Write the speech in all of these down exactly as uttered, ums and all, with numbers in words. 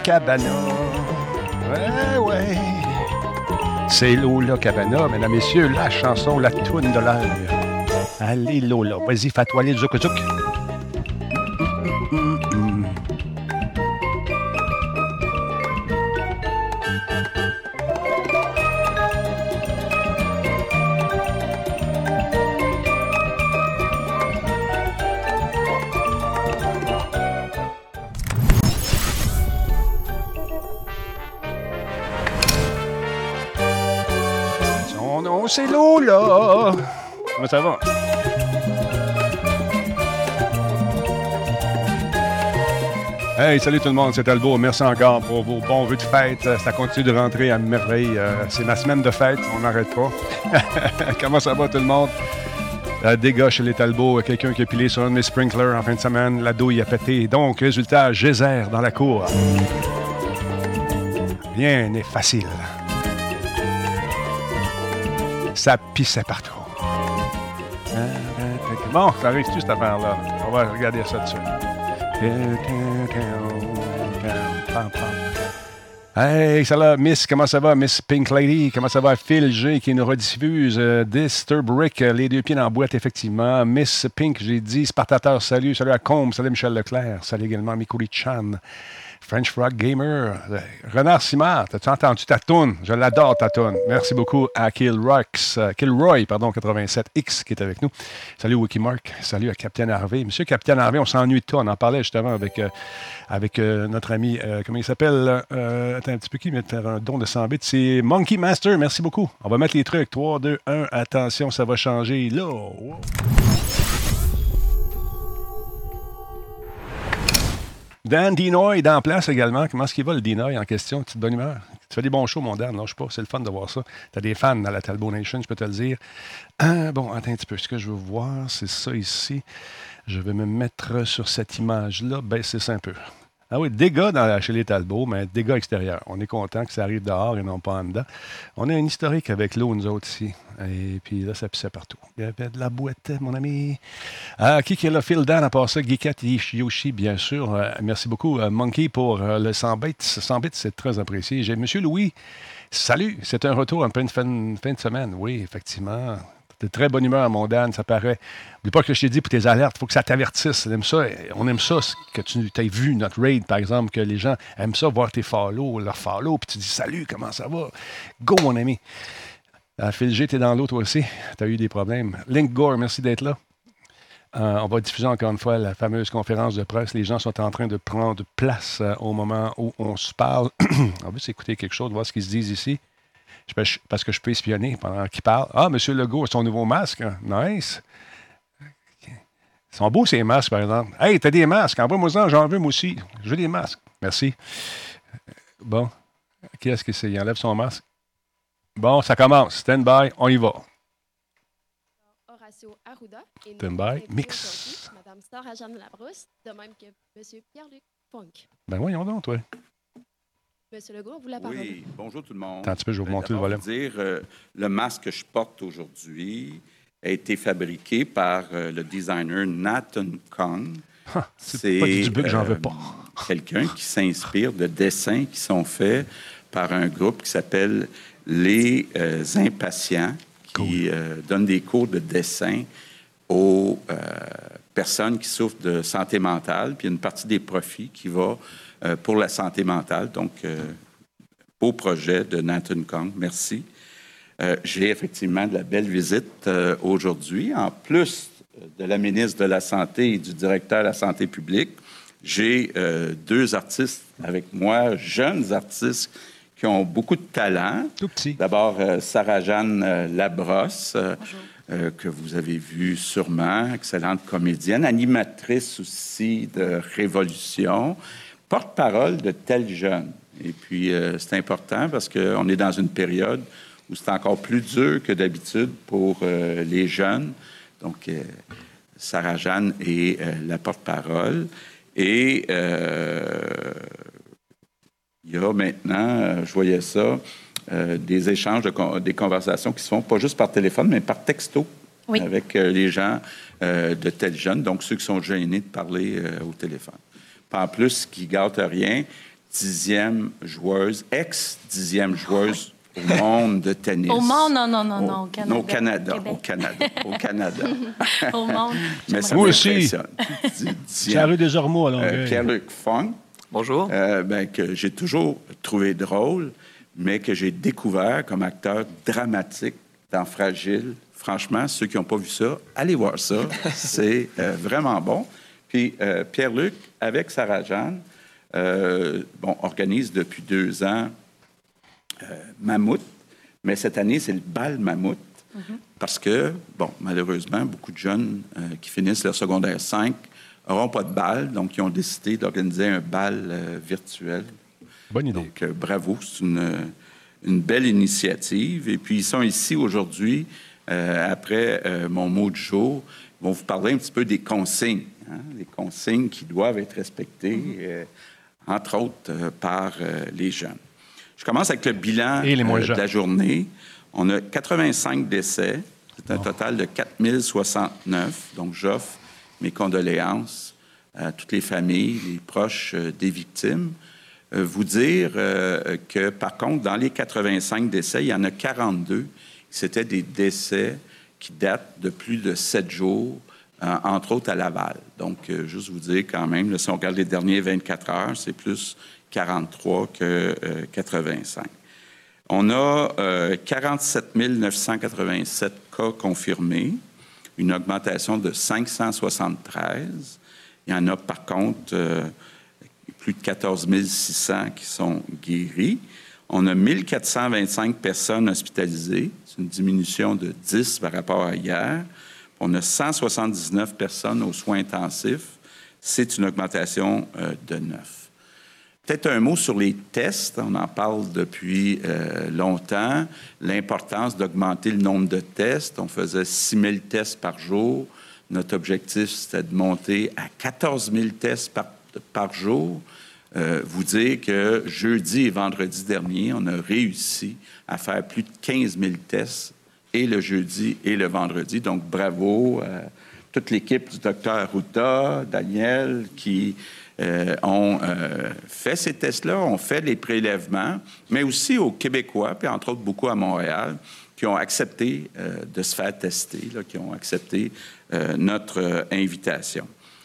Cabana. Ouais, ouais. C'est Lola Cabana, mesdames et messieurs, la chanson, la toune de l'heure. Allez, Lola, vas-y, fais-toi aller le zouk zouk. Son nom, c'est Lola. Comment ça va? Hey, salut tout le monde, c'est Talbot. Merci encore pour vos bons vœux de fête. Ça continue de rentrer à merveille. Euh, c'est ma semaine de fête, on n'arrête pas. Comment ça va tout le monde? Euh, dégâts chez les Talbot, quelqu'un qui a pilé sur un de mes sprinklers en fin de semaine. La douille a pété. Donc, résultat, geyser dans la cour. Rien n'est facile. Ça pissait partout. Bon, ça arrive-tu cette affaire-là? On va regarder ça dessus. Hey, ça va, Miss, comment ça va, Miss Pink Lady? Comment ça va, Phil G qui nous rediffuse euh, Disturb Rick, les deux pieds dans la boîte, effectivement. Miss Pink, j'ai dit, Spartateur, salut, salut à Combe, salut Michel Leclerc, salut également Mikuri Chan, French Frog Gamer, Renard Simard, t'as-tu entendu ta toune? Je l'adore ta toune. Merci beaucoup à Killrox, euh, Killroy, pardon, quatre-vingt-sept X qui est avec nous. Salut Wikimark, salut à Capitaine Harvey. Monsieur Capitaine Harvey, on s'ennuie de toi, on en parlait justement avec, euh, avec euh, notre ami, euh, comment il s'appelle? Euh, attends un petit peu, qui vient de faire un don de cent bits? C'est Monkey Master, merci beaucoup. On va mettre les trucs, trois, deux, un, attention, ça va changer là. Wow. Dan Dinoy est en place également. Comment est-ce qu'il va, le Dinoy, en question? Petite bonne humeur. Tu fais des bons shows, mon Dan. Non, je sais pas. C'est le fun de voir ça. Tu as des fans dans la Talbot Nation, je peux te le dire. Ah, bon, attends un petit peu. Ce que je veux voir, c'est ça ici. Je vais me mettre sur cette image-là. Baisser ça un peu. Ah oui, dégâts dans la, chez les Talbot, mais dégâts extérieurs. On est content que ça arrive dehors et non pas en dedans. On a un historique avec l'eau, nous autres, ici. Et puis là, ça pissait partout. Il y avait de la boîte, mon ami. Ah, qui qui est là? Phil Dan, à part ça, Geekat Yoshi, bien sûr. Euh, merci beaucoup, euh, Monkey, pour euh, le cent bits. cent bits, c'est très apprécié. J'ai Monsieur Louis. Salut, c'est un retour en pleine fin, fin de semaine. Oui, effectivement. De très bonne humeur, mon Dan, ça paraît. N'oublie pas que je t'ai dit pour tes alertes, il faut que ça t'avertisse. On aime ça, on aime ça que tu aies vu notre raid, par exemple, que les gens aiment ça, voir tes follow, leurs follow, puis tu dis « Salut, comment ça va? » Go, mon ami. Euh, Phil G, t'es dans l'eau, toi aussi. Tu as eu des problèmes. Link Gore, merci d'être là. Euh, on va diffuser encore une fois la fameuse conférence de presse. Les gens sont en train de prendre place euh, au moment où on se parle. On va s'écouter quelque chose, voir ce qu'ils se disent ici. Parce que je peux espionner pendant qu'il parle. Ah, M. Legault, son nouveau masque. Nice. Ils sont beaux, ces masques, par exemple. Hey, t'as des masques. Envoie-moi-en, j'en veux, moi aussi. Je veux des masques. Merci. Bon. Qui est-ce que c'est? Il enlève son masque. Bon, ça commence. Stand by, on y va. Horacio Arruda. Stand by, mix. Madame Sarah-Jeanne Labrousse, de même que M. Pierre-Luc Funk. Ben voyons donc, toi. Monsieur Legault, vous la parole. Oui, bonjour tout le monde. Attends un petit peu, je vais vous montrer le volume. dire, euh, le masque que je porte aujourd'hui a été fabriqué par euh, le designer Nathan Kong. Ah, c'est, c'est pas du bug, euh, j'en veux pas. Quelqu'un qui s'inspire de dessins qui sont faits par un groupe qui s'appelle Les euh, Impatients, qui cool. euh, donne des cours de dessin aux euh, personnes qui souffrent de santé mentale, puis une partie des profits qui va Euh, pour la santé mentale. Donc, euh, beau projet de Nathan Kong. Merci. Euh, j'ai effectivement de la belle visite euh, aujourd'hui. En plus de la ministre de la Santé et du directeur de la Santé publique, j'ai euh, deux artistes avec moi, jeunes artistes qui ont beaucoup de talent. Tout petit. D'abord, euh, Sarah-Jeanne euh, Labrosse, euh, euh, que vous avez vue sûrement, excellente comédienne, animatrice aussi de Révolution, porte-parole de tels jeunes. Et puis, euh, c'est important parce qu'on est dans une période où c'est encore plus dur que d'habitude pour euh, les jeunes. Donc, euh, Sarah-Jeanne est euh, la porte-parole. Et euh, il y a maintenant, euh, je voyais ça, euh, des échanges, de con- des conversations qui se font pas juste par téléphone, mais par texto oui. avec euh, les gens euh, de tels jeunes, donc ceux qui sont gênés de parler euh, au téléphone. En plus, ce qui gâte rien, dixième joueuse, ex-dixième joueuse au monde de tennis. Au monde, non, non, non, non, au au Canada. Non, au Canada, Québec. au Canada, au Canada. Au monde. Mais ça Moi aussi. m'impressionne. Di- C'est la rue des Ormeaux, à Euh, Longueuil. Pierre-Luc Funk, Bonjour. euh, ben, que j'ai toujours trouvé drôle, mais que j'ai découvert comme acteur dramatique dans Fragile. Franchement, ceux qui n'ont pas vu ça, allez voir ça. C'est euh, vraiment bon. Puis euh, Pierre-Luc, avec Sarah-Jeanne, euh, bon, organise depuis deux ans euh, Mammouth, mais cette année, c'est le bal Mammouth. Parce que, bon, malheureusement, beaucoup de jeunes euh, qui finissent leur secondaire cinq n'auront pas de bal, donc ils ont décidé d'organiser un bal euh, virtuel. Bonne idée. Donc, euh, bravo, c'est une, une belle initiative. Et puis, ils sont ici aujourd'hui, euh, après euh, mon mot du jour. Ils vont vous parler un petit peu des consignes, hein, les consignes qui doivent être respectées, euh, entre autres euh, par euh, les jeunes. Je commence avec le bilan Et les moins euh, de jeunes. la journée. On a quatre-vingt-cinq décès. C'est un total de quatre mille soixante-neuf. Donc, j'offre mes condoléances à toutes les familles, les proches euh, des victimes. Euh, vous dire euh, que, par contre, dans les quatre-vingt-cinq décès, il y en a quarante-deux. C'était des décès qui datent de plus de sept jours, euh, entre autres à Laval. Donc, euh, juste vous dire quand même, là, si on regarde les derniers vingt-quatre heures, c'est plus quarante-trois que euh, quatre-vingt-cinq. On a euh, quarante-sept mille neuf cent quatre-vingt-sept cas confirmés, une augmentation de cinq cent soixante-treize. Il y en a, par contre, euh, plus de quatorze mille six cents qui sont guéris. On a mille quatre cent vingt-cinq personnes hospitalisées. C'est une diminution de dix par rapport à hier. On a cent soixante-dix-neuf personnes aux soins intensifs. C'est une augmentation euh, de neuf. Peut-être un mot sur les tests. On en parle depuis euh, longtemps. L'importance d'augmenter le nombre de tests. On faisait six mille tests par jour. Notre objectif, c'était de monter à quatorze mille tests par, par jour. Euh, vous dire que jeudi et vendredi dernier, on a réussi à faire plus de quinze mille tests, et le jeudi et le vendredi. Donc, bravo à toute l'équipe du docteur Arruda, Daniel, qui euh, ont euh, fait ces tests-là, ont fait les prélèvements, mais aussi aux Québécois, puis entre autres beaucoup à Montréal, qui ont accepté euh, de se faire tester, là, qui ont accepté euh, notre euh, invitation.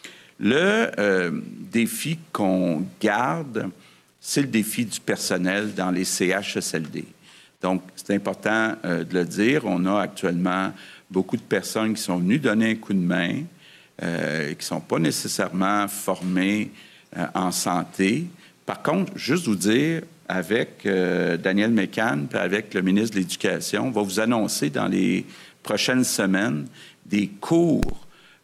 Le euh, défi qu'on garde, c'est le défi du personnel dans les C H S L D. Donc, c'est important euh, de le dire. On a actuellement beaucoup de personnes qui sont venues donner un coup de main, euh, qui ne sont pas nécessairement formées euh, en santé. Par contre, juste vous dire, avec euh, Daniel Mécan, puis avec le ministre de l'Éducation, on va vous annoncer dans les prochaines semaines des cours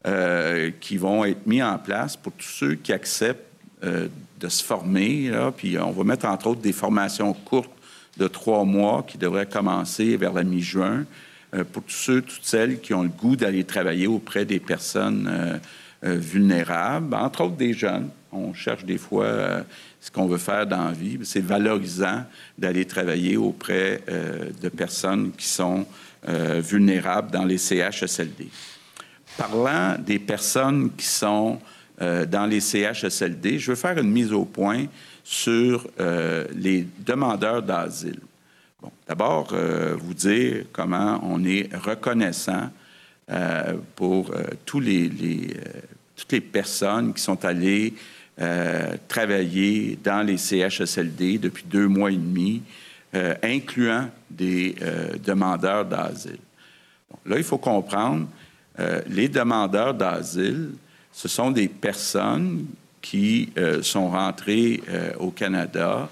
Euh, qui vont être mis en place pour tous ceux qui acceptent euh, de se former. Là. Puis on va mettre, entre autres, des formations courtes de trois mois qui devraient commencer vers la mi-juin euh, pour tous ceux, toutes celles qui ont le goût d'aller travailler auprès des personnes euh, euh, vulnérables, entre autres des jeunes. On cherche des fois euh, ce qu'on veut faire dans la vie. C'est valorisant d'aller travailler auprès euh, de personnes qui sont euh, vulnérables dans les C H S L D. Parlant des personnes qui sont euh, dans les C H S L D, je veux faire une mise au point sur euh, les demandeurs d'asile. Bon, d'abord, euh, vous dire comment on est reconnaissant euh, pour euh, tous les, les, euh, toutes les personnes qui sont allées euh, travailler dans les C H S L D depuis deux mois et demi, euh, incluant des euh, demandeurs d'asile. Bon, là, il faut comprendre Euh, les demandeurs d'asile, ce sont des personnes qui euh, sont rentrées euh, au Canada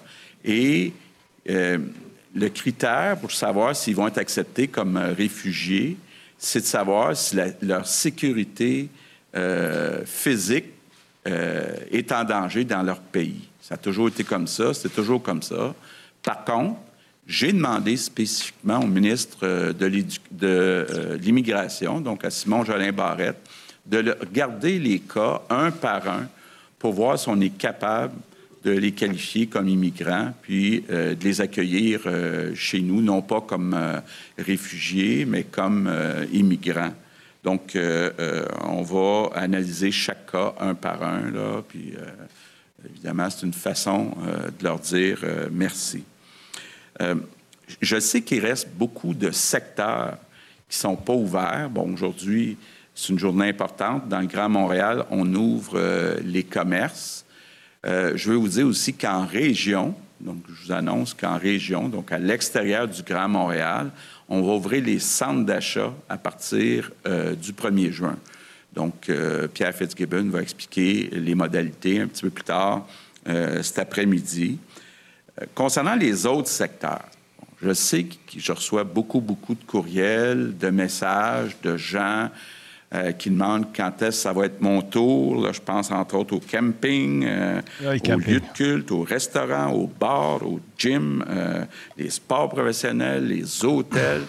et euh, le critère pour savoir s'ils vont être acceptés comme euh, réfugiés, c'est de savoir si la, leur sécurité euh, physique euh, est en danger dans leur pays. Ça a toujours été comme ça, c'est toujours comme ça. Par contre, j'ai demandé spécifiquement au ministre de, de euh, l'Immigration, donc à Simon Jolin Barrette, de le, regarder les cas un par un pour voir si on est capable de les qualifier comme immigrants, puis euh, de les accueillir euh, chez nous, non pas comme euh, réfugiés, mais comme euh, immigrants. Donc, euh, euh, on va analyser chaque cas un par un, là, puis euh, évidemment, c'est une façon euh, de leur dire euh, merci. Euh, je sais qu'il reste beaucoup de secteurs qui ne sont pas ouverts. Bon, aujourd'hui, c'est une journée importante. Dans le Grand Montréal, on ouvre euh, les commerces. Euh, je veux vous dire aussi qu'en région, donc je vous annonce qu'en région, donc à l'extérieur du Grand Montréal, on va ouvrir les centres d'achat à partir euh, du premier juin. Donc, euh, Pierre Fitzgibbon va expliquer les modalités un petit peu plus tard euh, cet après-midi. Euh, concernant les autres secteurs, bon, je sais que je reçois beaucoup, beaucoup de courriels, de messages de gens euh, qui demandent quand est-ce que ça va être mon tour. Là, je pense entre autres au camping, euh, oui, aux camping. lieux de culte, aux restaurants, aux bars, aux gyms, euh, les sports professionnels, les hôtels.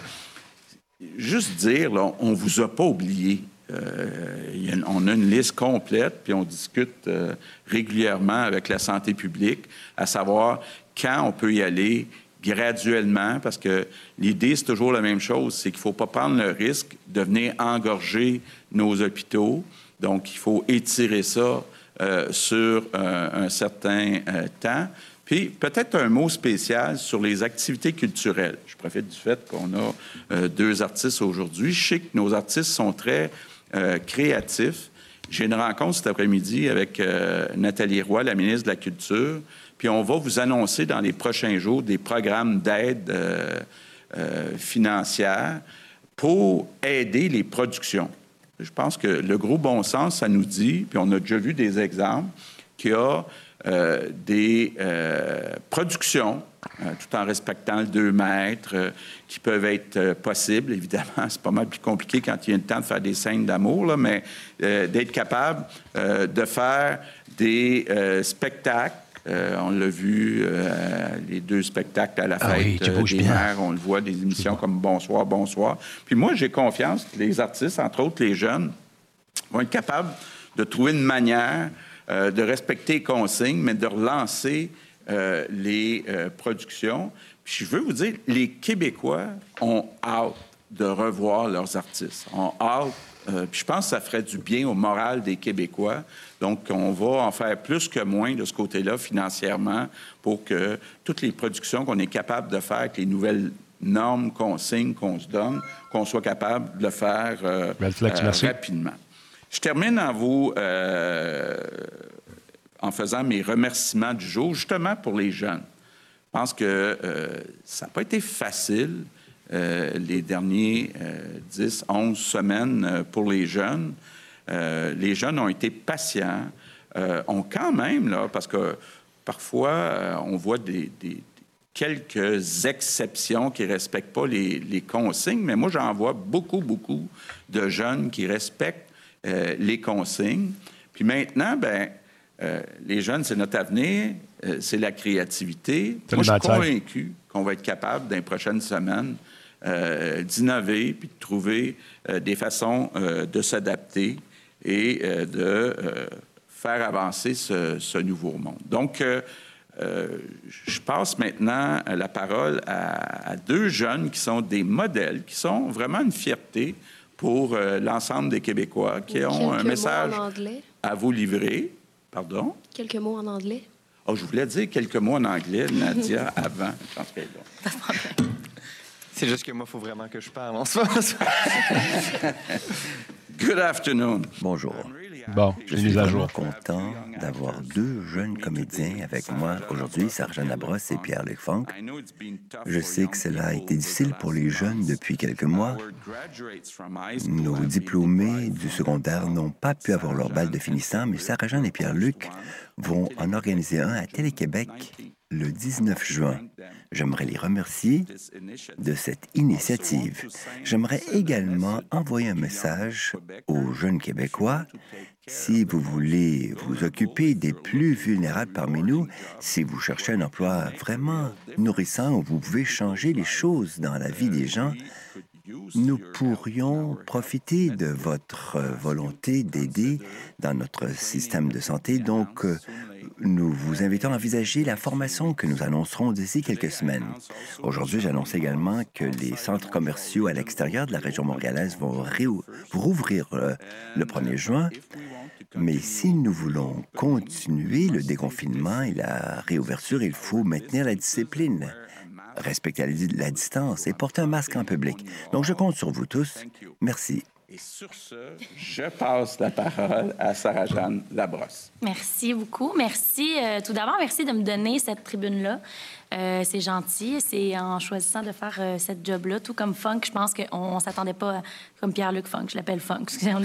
Juste dire, là, on ne vous a pas oublié. Euh, y a une, on a une liste complète, puis on discute euh, régulièrement avec la santé publique, à savoir quand on peut y aller graduellement, parce que l'idée, c'est toujours la même chose, c'est qu'il ne faut pas prendre le risque de venir engorger nos hôpitaux. Donc, il faut étirer ça euh, sur euh, un certain euh, temps. Puis, peut-être un mot spécial sur les activités culturelles. Je profite du fait qu'on a euh, deux artistes aujourd'hui. Je sais que nos artistes sont très euh, créatifs. J'ai une rencontre cet après-midi avec euh, Nathalie Roy, la ministre de la Culture, puis on va vous annoncer dans les prochains jours des programmes d'aide euh, euh, financière pour aider les productions. Je pense que le gros bon sens, ça nous dit, puis on a déjà vu des exemples, qu'il y a Euh, des euh, productions, euh, tout en respectant le deux mètres, euh, qui peuvent être euh, possibles. Évidemment, c'est pas mal plus compliqué quand il y a le temps de faire des scènes d'amour, là, mais euh, d'être capable euh, de faire des euh, spectacles. Euh, on l'a vu, euh, les deux spectacles à la fête ah oui, euh, des mères, on le voit, des émissions comme Bonsoir, Bonsoir. Puis moi, j'ai confiance que les artistes, entre autres les jeunes, vont être capables de trouver une manière Euh, de respecter les consignes, mais de relancer euh, les euh, productions. Puis je veux vous dire, les Québécois ont hâte de revoir leurs artistes. Ont hâte, euh, puis je pense que ça ferait du bien au moral des Québécois. Donc, on va en faire plus que moins de ce côté-là financièrement pour que toutes les productions qu'on est capable de faire avec les nouvelles normes, consignes qu'on se donne, qu'on soit capable de le faire euh, euh, rapidement. Je termine en vous euh, en faisant mes remerciements du jour, justement pour les jeunes. Je pense que euh, ça n'a pas été facile euh, les derniers euh, dix, onze semaines euh, pour les jeunes. Euh, les jeunes ont été patients, euh, ont quand même, là, parce que parfois, euh, on voit des, des, quelques exceptions qui ne respectent pas les, les consignes, mais moi, j'en vois beaucoup, beaucoup de jeunes qui respectent Euh, les consignes. Puis maintenant, ben, euh, les jeunes, c'est notre avenir, euh, c'est la créativité. Moi, je suis convaincu qu'on va être capable, dans les prochaines semaines, euh, d'innover puis de trouver euh, des façons euh, de s'adapter et euh, de euh, faire avancer ce, ce nouveau monde. Donc, euh, euh, je passe maintenant la parole à, à deux jeunes qui sont des modèles, qui sont vraiment une fierté pour euh, l'ensemble des Québécois qui Quelques ont un message à vous livrer. Pardon? Quelques mots en anglais. Oh, je voulais dire quelques mots en anglais, Nadia, avant. Je pense qu'elle est là. C'est juste que moi, il faut vraiment que je parle en ce moment. Good afternoon. Bonjour. Bon, je suis vraiment content d'avoir deux jeunes comédiens avec moi aujourd'hui, Sarah-Jeanne Labrosse et Pierre-Luc Funk. Je sais que cela a été difficile pour les jeunes depuis quelques mois. Nos diplômés du secondaire n'ont pas pu avoir leur bal de finissant, mais Sarah-Jeanne et Pierre-Luc vont en organiser un à Télé-Québec le dix-neuf juin. J'aimerais les remercier de cette initiative. J'aimerais également envoyer un message aux jeunes Québécois. Si vous voulez vous occuper des plus vulnérables parmi nous, si vous cherchez un emploi vraiment nourrissant où vous pouvez changer les choses dans la vie des gens, nous pourrions profiter de votre volonté d'aider dans notre système de santé. Donc, nous vous invitons à envisager la formation que nous annoncerons d'ici quelques semaines. Aujourd'hui, j'annonce également que les centres commerciaux à l'extérieur de la région montréalaise vont réou- rouvrir euh, le premier juin. Mais si nous voulons continuer le déconfinement et la réouverture, il faut maintenir la discipline, respecter la, la distance et porter un masque en public. Donc, je compte sur vous tous. Merci. Et sur ce, je passe la parole à Sarah-Jeanne Labrosse. Merci beaucoup. Merci. Euh, tout d'abord, merci de me donner cette tribune-là. Euh, c'est gentil. C'est en choisissant de faire euh, cette job-là, tout comme Funk, je pense qu'on ne s'attendait pas, à, comme Pierre-Luc Funk, je l'appelle Funk, excusez-moi.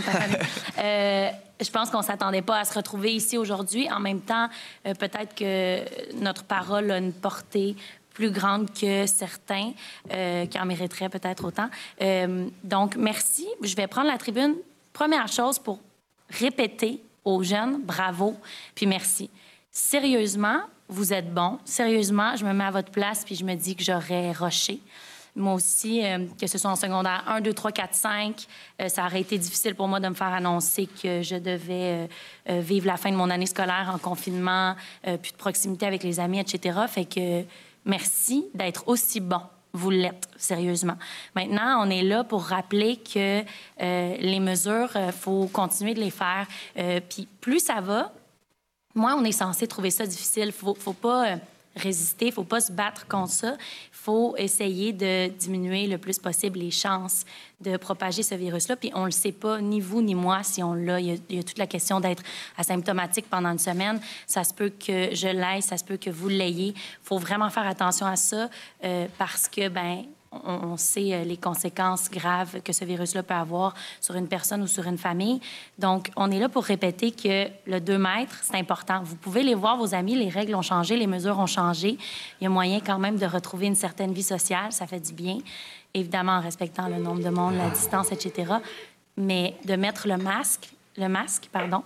euh, je pense qu'on ne s'attendait pas à se retrouver ici aujourd'hui. En même temps, euh, peut-être que notre parole a une portée plus grande que certains, euh, qui en mériteraient peut-être autant. Euh, donc, merci. Je vais prendre la tribune. Première chose, pour répéter aux jeunes, bravo, puis merci. Sérieusement, vous êtes bons. Sérieusement, je me mets à votre place, puis je me dis que j'aurais rushé. Moi aussi, euh, que ce soit en secondaire un, deux, trois, quatre, cinq, euh, ça aurait été difficile pour moi de me faire annoncer que je devais euh, euh, vivre la fin de mon année scolaire en confinement, euh, plus de proximité avec les amis, et cetera. Fait que merci d'être aussi bon. Vous l'êtes, sérieusement. Maintenant, on est là pour rappeler que euh, les mesures, il euh, faut continuer de les faire. Euh, Puis plus ça va, moins on est censé trouver ça difficile. Faut, faut pas euh, résister, faut pas se battre contre ça. Il faut essayer de diminuer le plus possible les chances de propager ce virus-là. Puis on le sait pas, ni vous ni moi, si on l'a. Il y a, il y a toute la question d'être asymptomatique pendant une semaine. Ça se peut que je l'aie, ça se peut que vous l'ayez. Il faut vraiment faire attention à ça euh, parce que, ben on, on sait les conséquences graves que ce virus-là peut avoir sur une personne ou sur une famille. Donc, on est là pour répéter que le deux mètres, c'est important. Vous pouvez les voir, vos amis, les règles ont changé, les mesures ont changé. Il y a moyen quand même de retrouver une certaine vie sociale, ça fait du bien, évidemment en respectant le nombre de monde, la distance, et cetera. Mais de mettre le masque, le masque, pardon,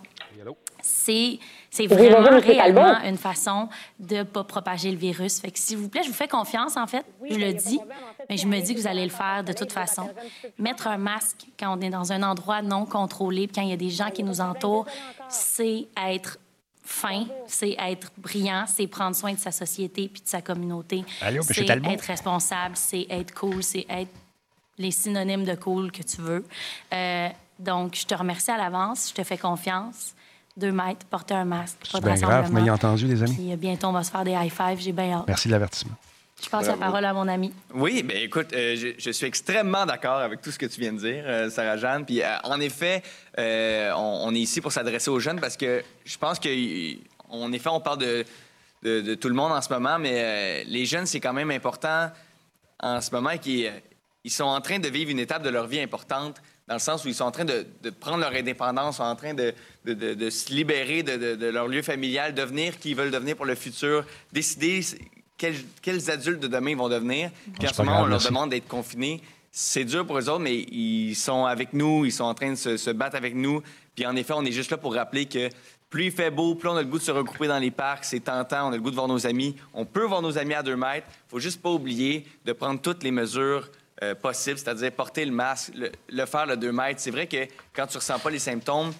c'est, c'est vraiment réellement une façon de ne pas propager le virus. Fait que, s'il vous plaît, je vous fais confiance, en fait. Je le dis, mais je me dis que vous allez le faire de toute façon. Mettre un masque quand on est dans un endroit non contrôlé, puis quand il y a des gens qui nous entourent, c'est être fin, c'est être brillant, c'est prendre soin de sa société puis de sa communauté. Allô, c'est être responsable, c'est être cool, c'est être les synonymes de cool que tu veux. Euh, donc, je te remercie à l'avance, je te fais confiance. Deux mètres, porter un masque, pas de rassemblement. C'est bien grave, mais il a entendu, les amis. Puis bientôt, on va se faire des high-fives, j'ai bien hâte. Merci de l'avertissement. Je passe Bravo. la parole à mon ami. Oui, bien écoute, euh, je, je suis extrêmement d'accord avec tout ce que tu viens de dire, euh, Sarah-Jeanne. Puis euh, en effet, euh, on, on est ici pour s'adresser aux jeunes parce que je pense qu'en effet, on parle de, de, de tout le monde en ce moment, mais euh, les jeunes, c'est quand même important en ce moment qu'ils ils sont en train de vivre une étape de leur vie importante dans le sens où ils sont en train de, de prendre leur indépendance, sont en train de, de, de, de se libérer de, de, de leur lieu familial, devenir qui ils veulent devenir pour le futur, décider quels, quels adultes de demain ils vont devenir. Puis en ce moment, on leur demande d'être confinés. C'est dur pour eux autres, mais ils sont avec nous, ils sont en train de se, se battre avec nous. Puis en effet, on est juste là pour rappeler que plus il fait beau, plus on a le goût de se regrouper dans les parcs, c'est tentant, on a le goût de voir nos amis. On peut voir nos amis à deux mètres. Il ne faut juste pas oublier de prendre toutes les mesures Euh, possible, c'est-à-dire porter le masque, le, le faire le deux mètres. C'est vrai que quand tu ne ressens pas les symptômes,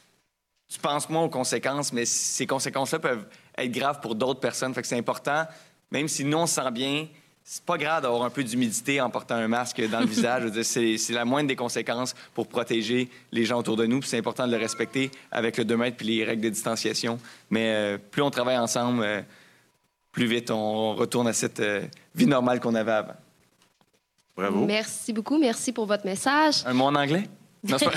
tu penses moins aux conséquences, mais ces conséquences-là peuvent être graves pour d'autres personnes. Fait que c'est important, même si nous, on se sent bien, c'est pas grave d'avoir un peu d'humidité en portant un masque dans le visage. Je veux dire, c'est, c'est la moindre des conséquences pour protéger les gens autour de nous. Puis c'est important de le respecter avec le deux mètres puis les règles de distanciation. Mais euh, plus on travaille ensemble, euh, plus vite on retourne à cette euh, vie normale qu'on avait avant. Bravo. Merci beaucoup. Merci pour votre message. Un mot en anglais? Non, c'est pas...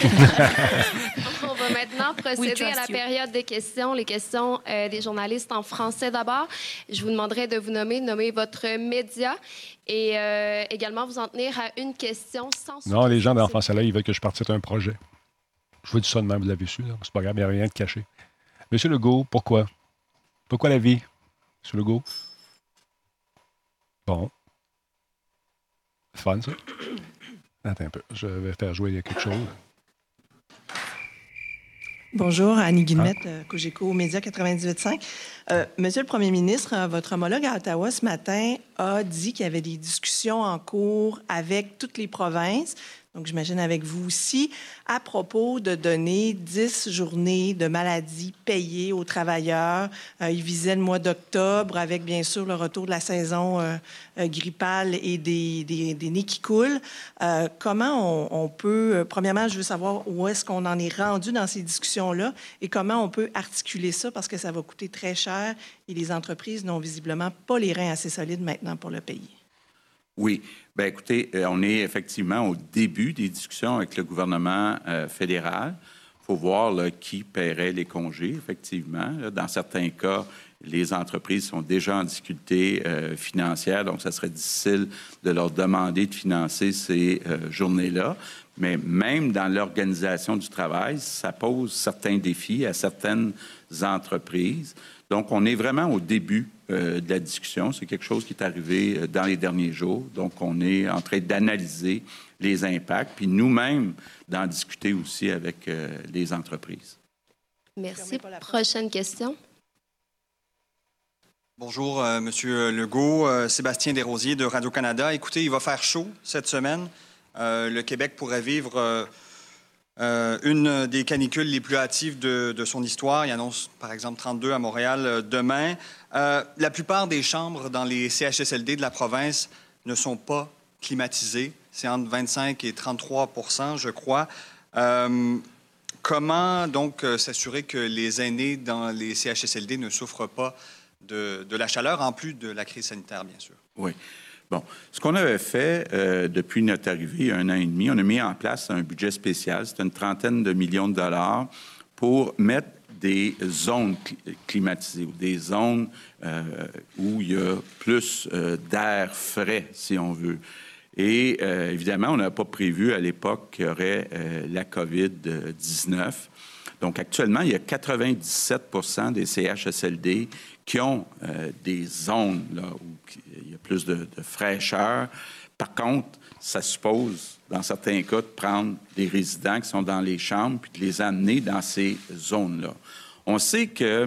On va maintenant procéder à la période des questions. Les questions euh, des journalistes en français d'abord. Je vous demanderai de vous nommer, de nommer votre média et euh, également vous en tenir à une question sans... Non, les gens d'Enfants Soleil, ils veulent que je partisse un projet. Je vous dis ça de même, vous l'avez su. Là. C'est pas grave, il n'y a rien de caché. Monsieur Legault, pourquoi? Pourquoi la vie? Monsieur Legault? Bon. Fun, ça. Attends un peu. Je vais faire jouer quelque chose. Bonjour, Annie Guillemette, ah. Cogeco Média quatre-vingt-dix-huit cinq. Euh, Monsieur le Premier ministre, votre homologue à Ottawa ce matin a dit qu'il y avait des discussions en cours avec toutes les provinces donc j'imagine avec vous aussi, à propos de donner dix journées de maladie payées aux travailleurs. Euh, il visait le mois d'octobre avec, bien sûr, le retour de la saison euh, euh, grippale et des, des, des nids qui coulent. Euh, comment on, on peut... Euh, premièrement, je veux savoir où est-ce qu'on en est rendu dans ces discussions-là et comment on peut articuler ça parce que ça va coûter très cher et les entreprises n'ont visiblement pas les reins assez solides maintenant pour le payer. Oui. Bien, écoutez, on est effectivement au début des discussions avec le gouvernement euh, fédéral. Il faut voir là, qui paierait les congés, effectivement. Là, dans certains cas, les entreprises sont déjà en difficulté euh, financière, donc ça serait difficile de leur demander de financer ces euh, journées-là. Mais même dans l'organisation du travail, ça pose certains défis à certaines entreprises. Donc, on est vraiment au début euh, de la discussion. C'est quelque chose qui est arrivé euh, dans les derniers jours. Donc, on est en train d'analyser les impacts, puis nous-mêmes d'en discuter aussi avec euh, les entreprises. Merci. Prochaine question. Bonjour, euh, Monsieur Legault. Euh, Sébastien Desrosiers de Radio-Canada. Écoutez, il va faire chaud cette semaine. Euh, le Québec pourrait vivre... Euh, Euh, une des canicules les plus hâtives de, de son histoire. Il annonce, par exemple, trente-deux à Montréal euh, demain. Euh, la plupart des chambres dans les C H S L D de la province ne sont pas climatisées. C'est entre vingt-cinq et trente-trois pour cent, je crois. Euh, comment, donc, euh, s'assurer que les aînés dans les C H S L D ne souffrent pas de, de la chaleur, en plus de la crise sanitaire, bien sûr? Oui. Bon, ce qu'on avait fait euh, depuis notre arrivée, il y a un an et demi, on a mis en place un budget spécial, c'est une trentaine de millions de dollars pour mettre des zones climatisées, ou des zones euh, où il y a plus euh, d'air frais, si on veut. Et euh, évidemment, on n'a pas prévu à l'époque qu'il y aurait euh, la COVID dix-neuf. Donc actuellement, il y a quatre-vingt-dix-sept pour cent des C H S L D qui ont euh, des zones là, où il y a plus de, de fraîcheur. Par contre, ça suppose, dans certains cas, de prendre des résidents qui sont dans les chambres puis de les amener dans ces zones-là. On sait que euh,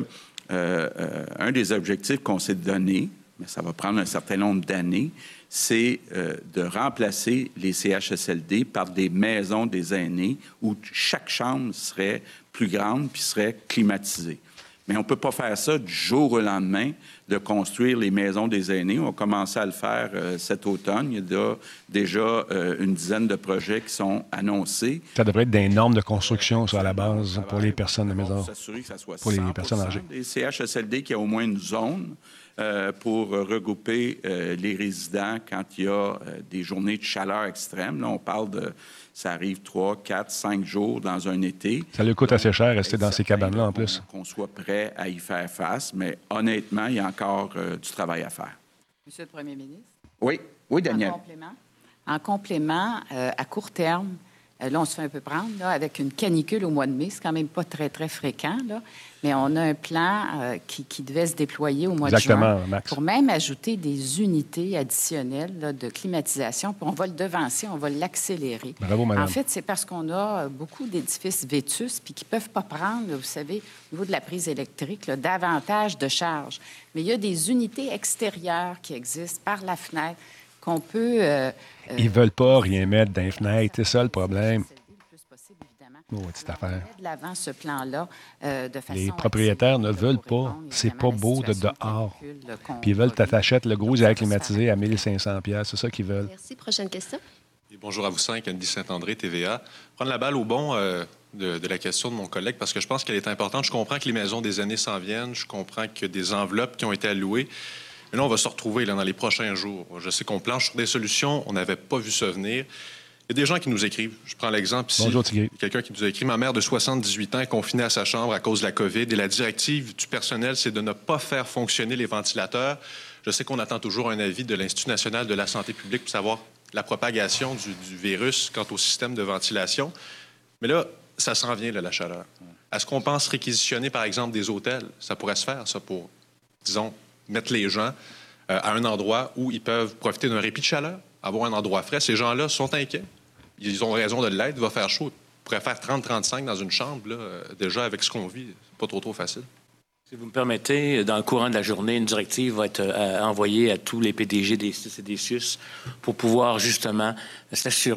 euh, un des objectifs qu'on s'est donné, mais ça va prendre un certain nombre d'années, c'est euh, de remplacer les C H S L D par des maisons des aînés où chaque chambre serait plus grande puis serait climatisée. Mais on ne peut pas faire ça du jour au lendemain, de construire les maisons des aînés. On va commencer à le faire euh, cet automne. Il y a déjà euh, une dizaine de projets qui sont annoncés. Ça devrait être des normes de construction, ça, à la base, pour les personnes de maison. S'assurer que ça soit pour les personnes âgées. Des C H S L D qui a au moins une zone euh, pour regrouper euh, les résidents quand il y a euh, des journées de chaleur extrême. Là, on parle de... Ça arrive trois, quatre, cinq jours dans un été. Ça lui coûte assez cher rester dans ces cabanes-là, en plus. Qu'on soit prêt à y faire face, mais honnêtement, il y a encore euh, du travail à faire. Monsieur le Premier ministre? Oui, oui, Daniel. En complément, en complément euh, à court terme, euh, là, on se fait un peu prendre, là, avec une canicule au mois de mai. C'est quand même pas très, très fréquent, là. Mais on a un plan euh, qui, qui devait se déployer au mois Exactement, de juin Max. pour même ajouter des unités additionnelles là, de climatisation. Puis on va le devancer, on va l'accélérer. Bravo, madame. En fait, c'est parce qu'on a beaucoup d'édifices vétustes puis qui ne peuvent pas prendre, vous savez, au niveau de la prise électrique, là, davantage de charges. Mais il y a des unités extérieures qui existent par la fenêtre qu'on peut... Euh, euh, Ils veulent pas rien mettre dans les fenêtres, c'est ça le problème. Oh, petite affaire. De l'avant, ce plan-là, euh, de façon Les propriétaires ne veulent pas. C'est pas beau de dehors. Puis ils veulent que tu t'achètes le gros air climatisé à mille cinq cents dollars. C'est ça qu'ils veulent. Merci. Prochaine question. Et bonjour à vous cinq, Andy Saint-André, T V A. Prendre la balle au bon euh, de, de la question de mon collègue parce que je pense qu'elle est importante. Je comprends que les maisons des aînés s'en viennent. Je comprends qu'il y a des enveloppes qui ont été allouées. Mais là, on va se retrouver là, dans les prochains jours. Je sais qu'on planche sur des solutions. On n'avait pas vu ça venir. Il y a des gens qui nous écrivent. Je prends l'exemple ici. Bonjour, Tigre. Quelqu'un qui nous a écrit « Ma mère de soixante-dix-huit ans est confinée à sa chambre à cause de la COVID et la directive du personnel, c'est de ne pas faire fonctionner les ventilateurs. » Je sais qu'on attend toujours un avis de l'Institut national de la santé publique pour savoir la propagation du, du virus quant au système de ventilation. Mais là, ça s'en vient, là, la chaleur. Est-ce qu'on pense réquisitionner, par exemple, des hôtels? Ça pourrait se faire, ça, pour, disons, mettre les gens euh, à un endroit où ils peuvent profiter d'un répit de chaleur, avoir un endroit frais. Ces gens-là sont inquiets. Ils ont raison de l'être. Il va faire chaud. Ils pourraient faire trente à trente-cinq dans une chambre, là, euh, déjà, avec ce qu'on vit. C'est pas trop, trop facile. Si vous me permettez, dans le courant de la journée, une directive va être euh, envoyée à tous les P D G des C I S et des C I U S pour pouvoir, justement, s'assurer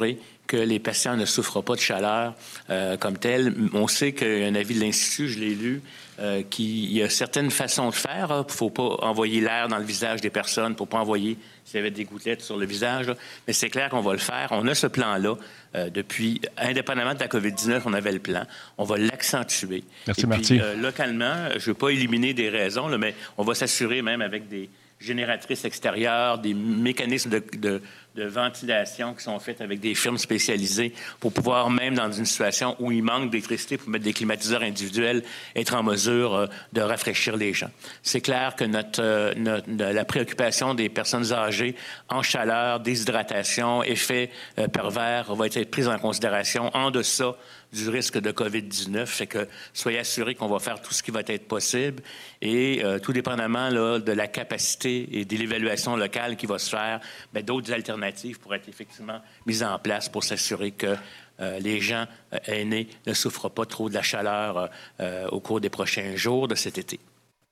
que les patients ne souffrent pas de chaleur euh, comme tel. On sait qu'il y a un avis de l'Institut, je l'ai lu, euh, qu'il y a certaines façons de faire. Il ne faut pas envoyer l'air dans le visage des personnes pour ne pas envoyer s'il y avait des gouttelettes sur le visage. Là. Mais c'est clair qu'on va le faire. On a ce plan-là euh, depuis, indépendamment de la covid dix-neuf, on avait le plan. On va l'accentuer. Merci, Et Marty. puis, euh, localement, je ne veux pas éliminer des raisons, là, mais on va s'assurer même avec des génératrices extérieures, des mécanismes de, de, de ventilation qui sont faits avec des firmes spécialisées pour pouvoir, même dans une situation où il manque d'électricité pour mettre des climatiseurs individuels, être en mesure euh, de rafraîchir les gens. C'est clair que notre, euh, notre, la préoccupation des personnes âgées en chaleur, déshydratation, effet euh, pervers va être prise en considération en deçà du risque de covid dix-neuf. Fait que soyez assurés qu'on va faire tout ce qui va être possible et euh, tout dépendamment là, de la capacité et de l'évaluation locale qui va se faire, bien, d'autres alternatives pourraient être effectivement mises en place pour s'assurer que euh, les gens euh, aînés ne souffrent pas trop de la chaleur euh, au cours des prochains jours de cet été.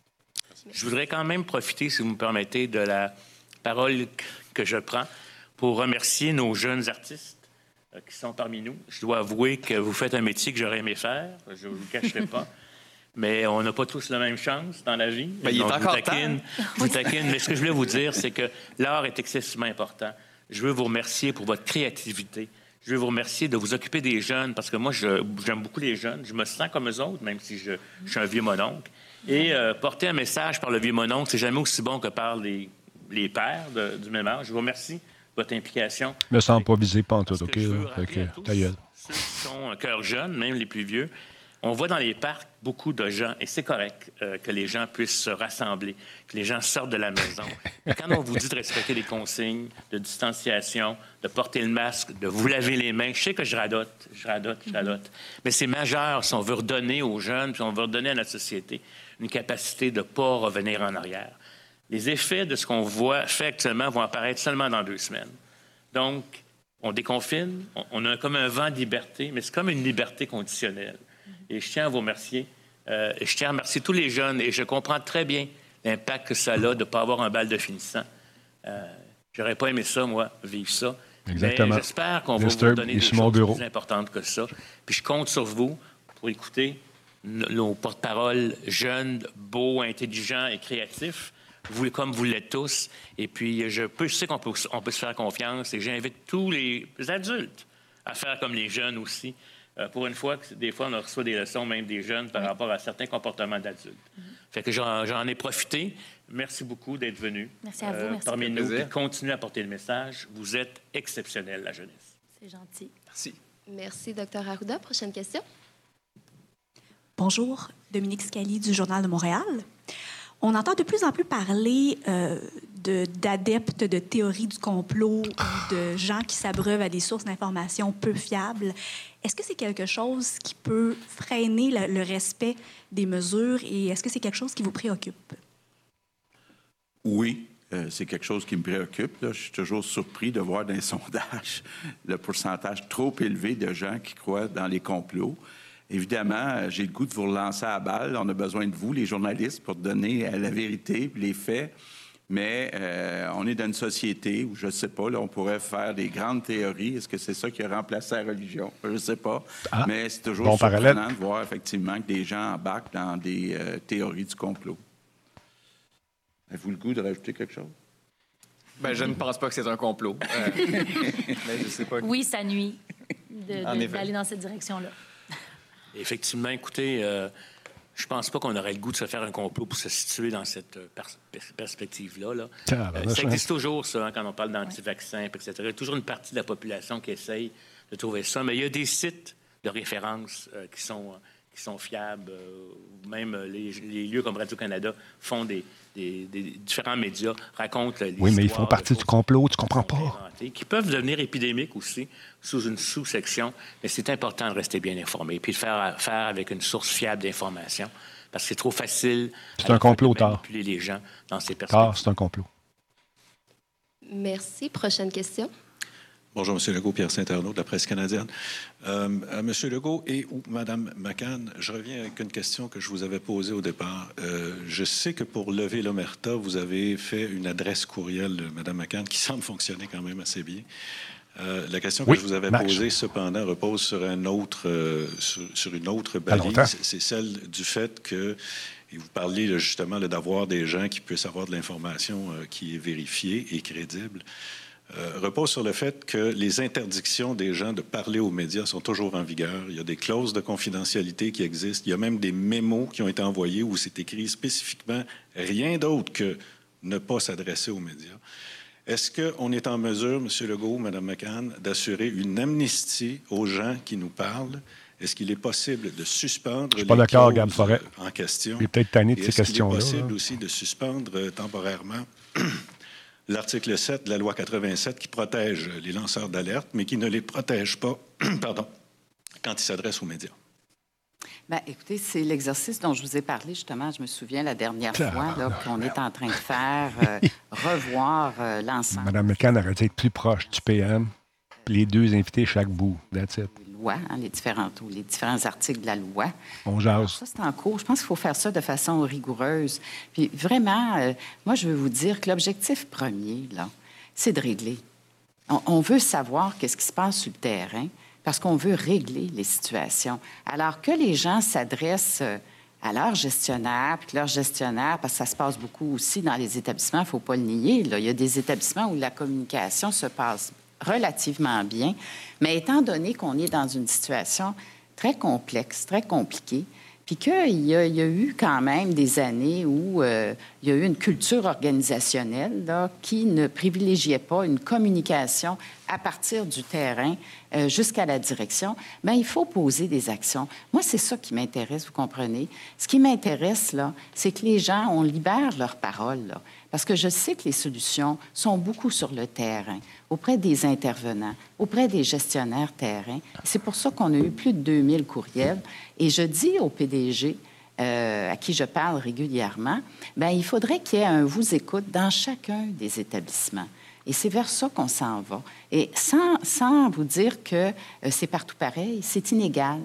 Je voudrais quand même profiter, si vous me permettez, de la parole que je prends pour remercier nos jeunes artistes qui sont parmi nous. Je dois avouer que vous faites un métier que j'aurais aimé faire, je ne vous le cacherai pas, mais on n'a pas tous la même chance dans la vie. Ben, il est encore vous taquine, vous taquine, mais ce que je voulais vous dire, c'est que l'art est excessivement important. Je veux vous remercier pour votre créativité. Je veux vous remercier de vous occuper des jeunes, parce que moi, je, j'aime beaucoup les jeunes. Je me sens comme eux autres, même si je, je suis un vieux mononcle. Et euh, porter un message par le vieux mononcle, c'est jamais aussi bon que par les, les pères de, du même âge. Je vous remercie votre implication. Je me sens pas visé pas en tout, OK? Fait que, ta gueule. Ceux qui sont un cœur jeune, même les plus vieux, on voit dans les parcs beaucoup de gens, et c'est correct euh, que les gens puissent se rassembler, que les gens sortent de la maison. Quand on vous dit de respecter les consignes, de distanciation, de porter le masque, de vous laver les mains, je sais que je radote, je radote, je radote, mais c'est majeur si on veut redonner aux jeunes, puis on veut redonner à notre société une capacité de ne pas revenir en arrière. Les effets de ce qu'on voit fait actuellement vont apparaître seulement dans deux semaines. Donc, on déconfine, on, on a comme un vent de liberté, mais c'est comme une liberté conditionnelle. Et je tiens à vous remercier. Euh, je tiens à remercier tous les jeunes, et je comprends très bien l'impact que ça a de ne pas avoir un bal de finissant. Euh, J'aurais pas aimé ça, moi, vivre ça. Exactement. Mais j'espère qu'on va Mister, vous donner des choses bureau. plus importantes que ça. Puis je compte sur vous pour écouter nos porte-paroles jeunes, beaux, intelligents et créatifs, vous, comme vous l'êtes tous. Et puis, je, peux, je sais qu'on peut, on peut se faire confiance et j'invite tous les adultes à faire comme les jeunes aussi. Euh, pour une fois, des fois, on reçoit des leçons, même des jeunes, par rapport à certains comportements d'adultes. Mm-hmm. Fait que j'en, j'en ai profité. Merci beaucoup d'être venu. Merci à vous. Euh, merci parmi nous. Et continuez à porter le message. Vous êtes exceptionnels, la jeunesse. C'est gentil. Merci. Merci, docteur Arruda. Prochaine question. Bonjour, Dominique Scali du Journal de Montréal. On entend de plus en plus parler euh, de, d'adeptes de théories du complot ou de gens qui s'abreuvent à des sources d'informations peu fiables. Est-ce que c'est quelque chose qui peut freiner le, le respect des mesures et est-ce que c'est quelque chose qui vous préoccupe? Oui, euh, c'est quelque chose qui me préoccupe. Là. Je suis toujours surpris de voir dans les sondages le pourcentage trop élevé de gens qui croient dans les complots. Évidemment, j'ai le goût de vous relancer à la balle. On a besoin de vous, les journalistes, pour donner la vérité, les faits. Mais euh, on est dans une société où, je ne sais pas, là, on pourrait faire des grandes théories. Est-ce que c'est ça qui a remplacé la religion? Je ne sais pas. Ah, mais c'est toujours bon surprenant parallèle. de voir effectivement que des gens embarquent dans des euh, théories du complot. Avez-vous le goût de rajouter quelque chose? Ben, je ne pense pas que c'est un complot. Euh, mais je sais pas. Oui, ça nuit de, de, d'aller dans cette direction-là. Effectivement, écoutez, euh, je pense pas qu'on aurait le goût de se faire un complot pour se situer dans cette pers- pers- perspective-là. Là. Ah, ben, euh, ça existe toujours, ça, hein, quand on parle d'anti-vaccins, et cetera. Il y a toujours une partie de la population qui essaye de trouver ça. Mais il y a des sites de référence euh, qui sont... Euh, qui sont fiables. Euh, même les, les lieux comme Radio-Canada font des, des, des différents médias, racontent les Oui, mais ils font partie du complot, tu comprends pas. Qui peuvent devenir épidémiques aussi, sous une sous-section. Mais c'est important de rester bien informé, puis de faire, faire avec une source fiable d'information, parce que c'est trop facile c'est un complot, de manipuler les gens dans ces perspectives. Tard, c'est un complot. Merci. Prochaine question. Bonjour, M. Legault, Pierre Saint-Arnaud de la presse canadienne. Euh, M. Legault et ou Mme McCann, je reviens avec une question que je vous avais posée au départ. Euh, je sais que pour lever l'omerta, vous avez fait une adresse courriel, Mme McCann, qui semble fonctionner quand même assez bien. Euh, la question que oui, je vous avais Max. posée, cependant, repose sur, un autre, euh, sur, sur une autre balise. C'est celle du fait que, et vous parlez là, justement là, d'avoir des gens qui puissent avoir de l'information euh, qui est vérifiée et crédible, euh, repose sur le fait que les interdictions des gens de parler aux médias sont toujours en vigueur. Il y a des clauses de confidentialité qui existent. Il y a même des mémos qui ont été envoyés où c'est écrit spécifiquement rien d'autre que ne pas s'adresser aux médias. Est-ce qu'on est en mesure, M. Legault, Mme McCann, d'assurer une amnistie aux gens qui nous parlent? Est-ce qu'il est possible de suspendre Je suis les pas d'accord, clauses Forêt. en question? Il est peut-être tanné de Et ces est-ce qu'il est questions-là. possible là. aussi de suspendre euh, temporairement l'article sept de la loi quatre-vingt-sept qui protège les lanceurs d'alerte, mais qui ne les protège pas pardon, quand ils s'adressent aux médias? Bien, écoutez, c'est l'exercice dont je vous ai parlé, justement. Je me souviens la dernière fois là, qu'on est en train de faire, euh, revoir euh, l'ensemble. Mme McCann aurait dû être plus proche du P M, puis les deux invités chaque bout. That's it. Les lois, hein, les, différents, les différents articles de la loi. On jase. Ça, c'est en cours. Je pense qu'il faut faire ça de façon rigoureuse. Puis vraiment, euh, moi, je veux vous dire que l'objectif premier, là, c'est de régler. On, on veut savoir qu'est-ce qui se passe sur le terrain, parce qu'on veut régler les situations. Alors que les gens s'adressent à leur gestionnaire, puis que leur gestionnaire, parce que ça se passe beaucoup aussi dans les établissements, il ne faut pas le nier, là. Il y a des établissements où la communication se passe relativement bien, mais étant donné qu'on est dans une situation très complexe, très compliquée, puis qu'il y a, il y a eu quand même des années où euh, il y a eu une culture organisationnelle là, qui ne privilégiait pas une communication à partir du terrain euh, jusqu'à la direction, bien, il faut poser des actions. Moi, c'est ça qui m'intéresse, vous comprenez. Ce qui m'intéresse, là, c'est que les gens, on libère leur parole, là, parce que je sais que les solutions sont beaucoup sur le terrain, auprès des intervenants, auprès des gestionnaires terrain. C'est pour ça qu'on a eu plus de deux mille courriels. Et je dis au P D G, euh, à qui je parle régulièrement, bien, il faudrait qu'il y ait un « vous écoute » dans chacun des établissements. Et c'est vers ça qu'on s'en va. Et sans, sans vous dire que euh, c'est partout pareil, c'est inégal.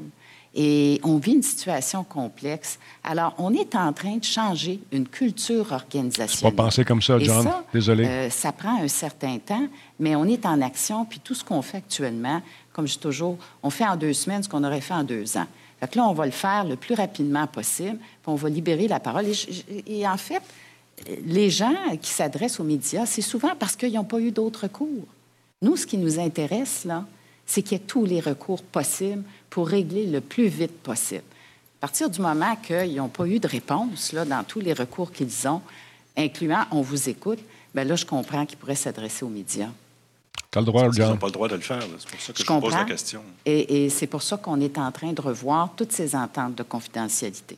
Et on vit une situation complexe. Alors, on est en train de changer une culture organisationnelle. Pas penser comme ça, John. Ça, Désolé. Euh, ça prend un certain temps, mais on est en action. Puis tout ce qu'on fait actuellement, comme je dis toujours, on fait en deux semaines ce qu'on aurait fait en deux ans. Fait que là, on va le faire le plus rapidement possible, puis on va libérer la parole. Et, et en fait, les gens qui s'adressent aux médias, c'est souvent parce qu'ils n'ont pas eu d'autres recours. Nous, ce qui nous intéresse, là, c'est qu'il y ait tous les recours possibles pour régler le plus vite possible. À partir du moment qu'ils n'ont pas eu de réponse là, dans tous les recours qu'ils ont, incluant « on vous écoute », bien là, je comprends qu'ils pourraient s'adresser aux médias. Tu as le droit, Ils n'ont pas le droit de le faire. C'est pour ça que je, je vous pose la question. Et, et c'est pour ça qu'on est en train de revoir toutes ces ententes de confidentialité.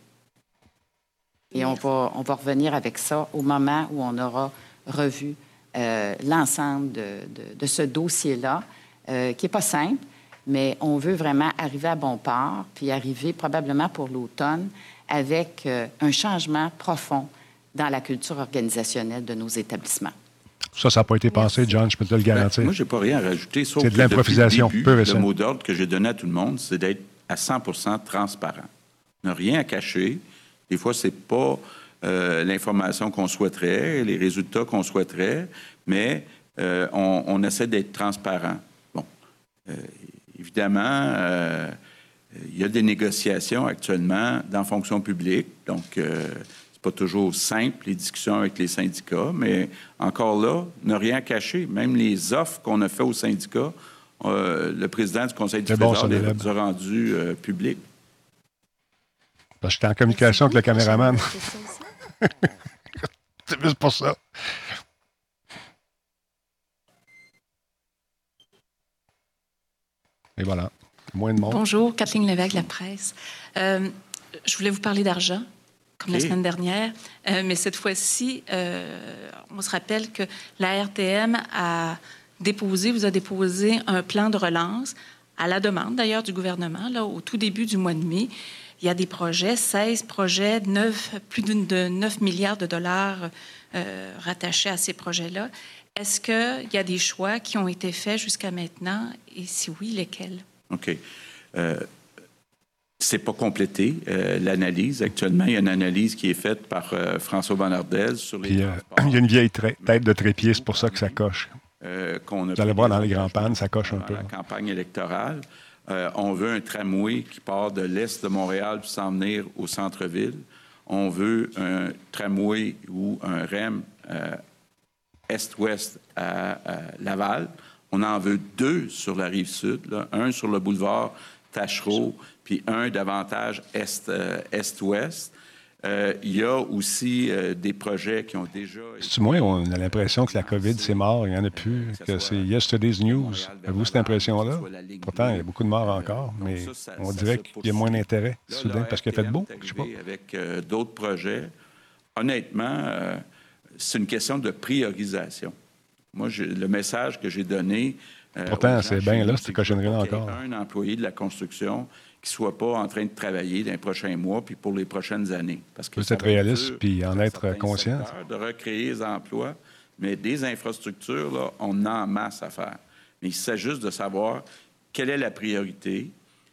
Et on va, on va revenir avec ça au moment où on aura revu euh, l'ensemble de, de, de ce dossier-là, euh, qui n'est pas simple, mais on veut vraiment arriver à bon port, puis arriver probablement pour l'automne avec euh, un changement profond dans la culture organisationnelle de nos établissements. Ça, ça n'a pas été pensé, John, je peux te le garantir. Ben, moi, je n'ai pas rien à rajouter, sauf c'est de l'improvisation. Le, début, le mot d'ordre que j'ai donné à tout le monde, c'est d'être à cent pour cent transparent. Ne rien à cacher. Des fois, ce n'est pas euh, l'information qu'on souhaiterait, les résultats qu'on souhaiterait, mais euh, on, on essaie d'être transparent. Bon. Euh, évidemment, euh, il y a des négociations actuellement dans la fonction publique, donc euh, c'est pas toujours simple, les discussions avec les syndicats, mais encore là, ne rien cacher. Même les offres qu'on a faites aux syndicats, euh, le président du Conseil du Trésor les a rendues euh, publiques. Parce que j'étais en communication avec le caméraman. C'est juste pour ça. Et voilà. Moins de monde. Bonjour, Kathleen Lévesque, La Presse. Euh, je voulais vous parler d'argent, comme okay. la semaine dernière, euh, mais cette fois-ci, euh, on se rappelle que la R T M a déposé, vous a déposé un plan de relance, à la demande d'ailleurs du gouvernement, là, au tout début du mois de mai. Il y a des projets, seize projets, neuf, plus de neuf milliards de dollars euh, rattachés à ces projets-là. Est-ce qu'il y a des choix qui ont été faits jusqu'à maintenant? Et si oui, lesquels? OK. Euh, c'est pas complété, euh, l'analyse. Actuellement, il y a une analyse qui est faite par euh, François Bonnardel sur les Puis, euh, il y a une vieille tra- tête de trépied, c'est pour ça que ça coche. euh, qu'on a... Vous allez voir dans les grands pannes, ça coche un peu. La campagne électorale. Euh, on veut un tramway qui part de l'est de Montréal pour s'en venir au centre-ville. On veut un tramway ou un R E M euh, est-ouest à, à Laval. On en veut deux sur la rive sud, là, un sur le boulevard Tachereau, puis un davantage est, euh, est-ouest. Euh, il y a aussi euh, des projets qui ont déjà... C'est moi, on a l'impression que la COVID, c'est mort, il n'y en a plus, que c'est yesterday's news. Avez-vous cette impression-là? Pourtant, il y a beaucoup de morts encore, mais on dirait qu'il y a moins d'intérêt, soudain, parce qu'il a fait beau, je sais pas. Avec euh, d'autres projets, honnêtement, euh, c'est une question de priorisation. Moi, je, le message que j'ai donné... Euh, Pourtant, c'est bien là, cette cochonnerie-là encore. Un employé de la construction qui ne soit pas en train de travailler dans les prochains mois puis pour les prochaines années. Parce que peut être réaliste puis en être conscient. De recréer les emplois, mais des infrastructures, là, on a en masse à faire. Mais il s'agit juste de savoir quelle est la priorité.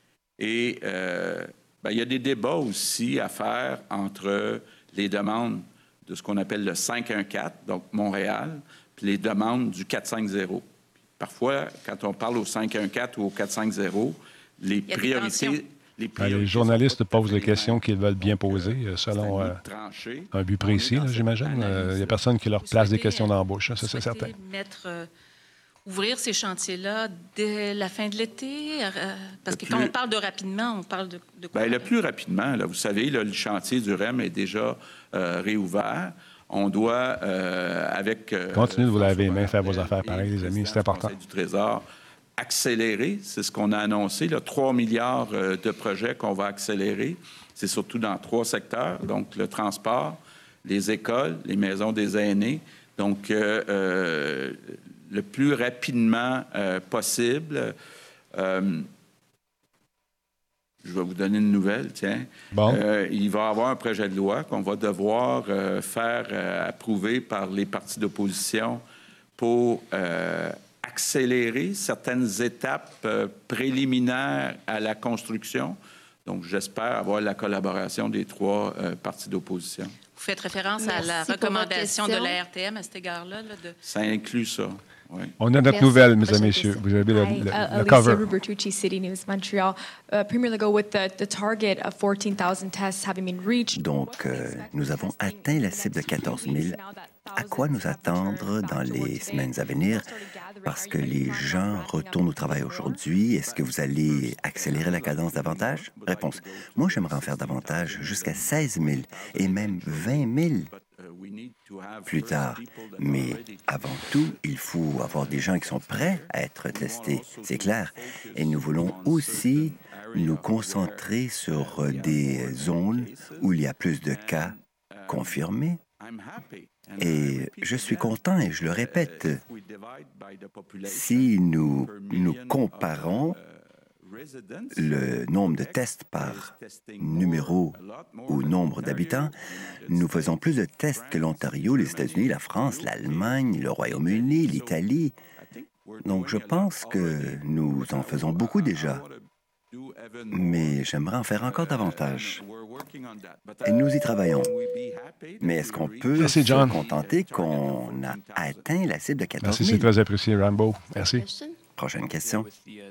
Et euh, bien, il y a des débats aussi à faire entre les demandes de ce qu'on appelle le cinq un quatre, donc Montréal, puis les demandes du quatre cinq zéro. Parfois, quand on parle au cinq un quatre ou au quatre cinq zéro, les priorités, les priorités... Les journalistes posent les questions qu'ils veulent bien poser selon euh, un but précis, là, j'imagine. Il euh, n'y a personne qui leur place des questions dans la bouche, ça, c'est certain. Mettre, euh, ouvrir ces chantiers-là dès la fin de l'été? Euh, parce que plus... quand on parle de rapidement, on parle de, de quoi? Bien, le plus rapidement, là, vous savez, là, le chantier du R E M est déjà euh, réouvert. On doit, euh, avec... Euh, Continuez de vous laver les mains, faire vos affaires pareil, les amis, c'est important. Du Trésor, accélérer, c'est ce qu'on a annoncé, là, trois milliards euh, de projets qu'on va accélérer. C'est surtout dans trois secteurs, donc le transport, les écoles, les maisons des aînés. Donc, euh, euh, le plus rapidement euh, possible. Euh, je vais vous donner une nouvelle, tiens. Bon. Euh, il va y avoir un projet de loi qu'on va devoir euh, faire euh, approuver par les partis d'opposition pour... Euh, accélérer certaines étapes euh, préliminaires à la construction. Donc, j'espère avoir la collaboration des trois euh, partis d'opposition. Vous faites référence Merci à la recommandation de la R T M à cet égard-là? Là, de... Ça inclut ça, oui. On a notre Merci. nouvelle, mesdames et messieurs. Vous avez le, Hi, le, uh, le cover. Alicia Rubertucci, City News, Montreal. Uh, Premier Legault, with the, the target of fourteen thousand tests having been reached... Donc, euh, nous avons atteint la cible de quatorze mille. À quoi nous attendre dans les semaines à venir? Parce que les gens retournent au travail aujourd'hui. Est-ce que vous allez accélérer la cadence davantage? Réponse. Moi, j'aimerais en faire davantage, jusqu'à seize mille et même vingt mille plus tard. Mais avant tout, il faut avoir des gens qui sont prêts à être testés. C'est clair. Et nous voulons aussi nous concentrer sur des zones où il y a plus de cas confirmés. Et je suis content, et je le répète, si nous nous comparons le nombre de tests par numéro ou nombre d'habitants, nous faisons plus de tests que l'Ontario, les États-Unis, la France, l'Allemagne, le Royaume-Uni, l'Italie. Donc, je pense que nous en faisons beaucoup déjà. Mais j'aimerais en faire encore davantage. Et nous y travaillons. Mais est-ce qu'on peut Merci, se contenter qu'on a atteint la cible de quatorze mille? Merci, c'est très apprécié, Rambo. Merci. Prochaine question.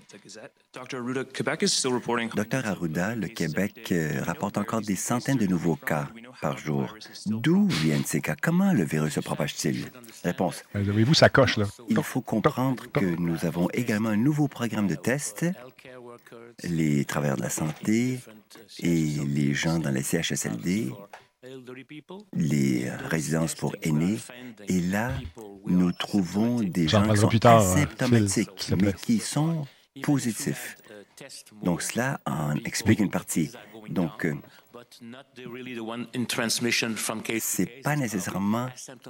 Docteur Arruda, le Québec euh, rapporte encore des centaines de nouveaux cas par jour. D'où viennent ces cas? Comment le virus se propage-t-il? Réponse. Avez-vous sa coche, là? Il faut comprendre que nous avons également un nouveau programme de tests. Les travailleurs de la santé et les gens dans les C H S L D, les résidences pour aînés. Et là, nous trouvons des gens qui sont asymptomatiques, mais qui sont positifs. Donc, cela en explique une partie. Donc, euh, c'est pas nécessairement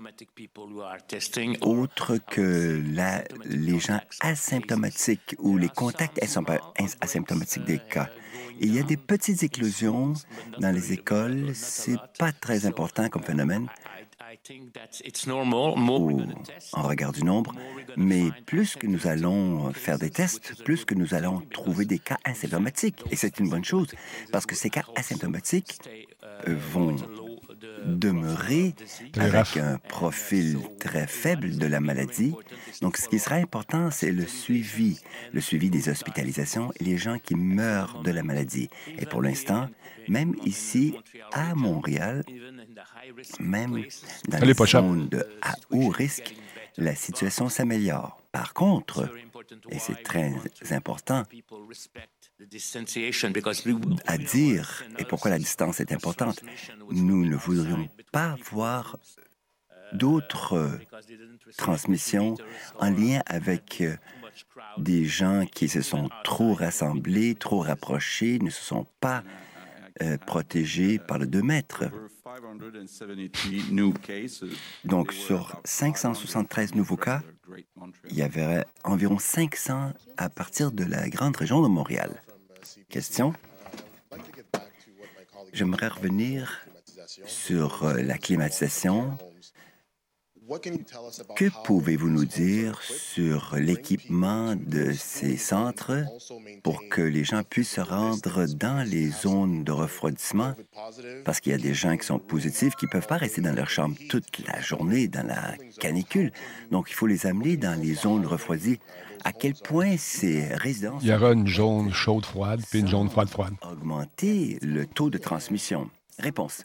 autre que la, les gens asymptomatiques ou les contacts asymptomatiques des cas. Il y a des petites éclosions dans les écoles. C'est pas très important comme phénomène ou en regard du nombre, mais plus que nous allons faire des tests, plus que nous allons trouver des cas asymptomatiques. Et c'est une bonne chose, parce que ces cas asymptomatiques vont demeurer avec un profil très faible de la maladie. Donc, ce qui sera important, c'est le suivi, le suivi des hospitalisations et les gens qui meurent de la maladie. Et pour l'instant, même ici, à Montréal, même dans les zones de à haut risque, la situation s'améliore. Par contre, et c'est très important à dire, et pourquoi la distance est importante, nous ne voudrions pas voir d'autres transmissions en lien avec des gens qui se sont trop rassemblés, trop rapprochés, ne se sont pas euh, protégés par le deux mètres. Donc, sur cinq cent soixante-treize nouveaux cas, il y avait environ cinq cents à partir de la grande région de Montréal. Question? J'aimerais revenir sur la climatisation. Que pouvez-vous nous dire sur l'équipement de ces centres pour que les gens puissent se rendre dans les zones de refroidissement? Parce qu'il y a des gens qui sont positifs qui ne peuvent pas rester dans leur chambre toute la journée dans la canicule. Donc, il faut les amener dans les zones refroidies. À quel point ces résidences... Il y aura une zone chaude-froide puis une zone froide-froide. Augmenter le taux de transmission. Réponse.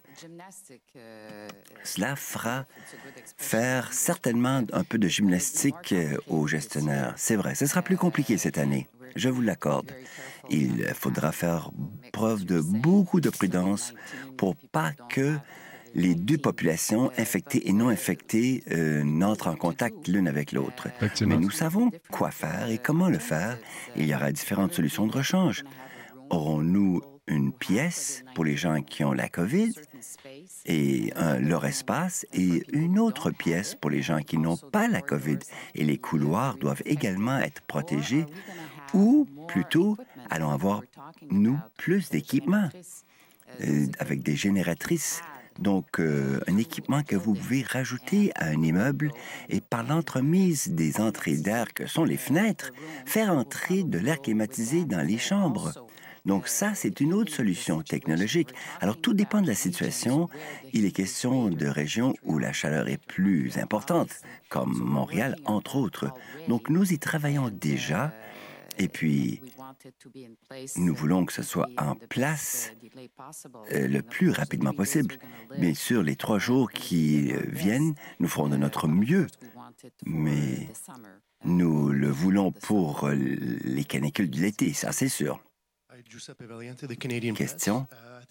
Cela fera faire certainement un peu de gymnastique aux gestionnaires. C'est vrai, ce sera plus compliqué cette année. Je vous l'accorde. Il faudra faire preuve de beaucoup de prudence pour pas que les deux populations, infectées et non infectées, euh, n'entrent en contact l'une avec l'autre. Mais nous savons quoi faire et comment le faire. Il y aura différentes solutions de rechange. Aurons-nous une pièce pour les gens qui ont la COVID et un, leur espace et une autre pièce pour les gens qui n'ont pas la COVID. Et les couloirs doivent également être protégés ou plutôt allons avoir, nous, plus d'équipements euh, avec des génératrices. Donc, euh, un équipement que vous pouvez rajouter à un immeuble et par l'entremise des entrées d'air que sont les fenêtres, faire entrer de l'air climatisé dans les chambres. Donc ça, c'est une autre solution technologique. Alors, tout dépend de la situation. Il est question de régions où la chaleur est plus importante, comme Montréal, entre autres. Donc, nous y travaillons déjà. Et puis, nous voulons que ce soit en place euh, le plus rapidement possible. Bien sûr, les trois jours qui euh, viennent, nous ferons de notre mieux. Mais nous le voulons pour euh, les canicules de l'été, ça c'est sûr. Question?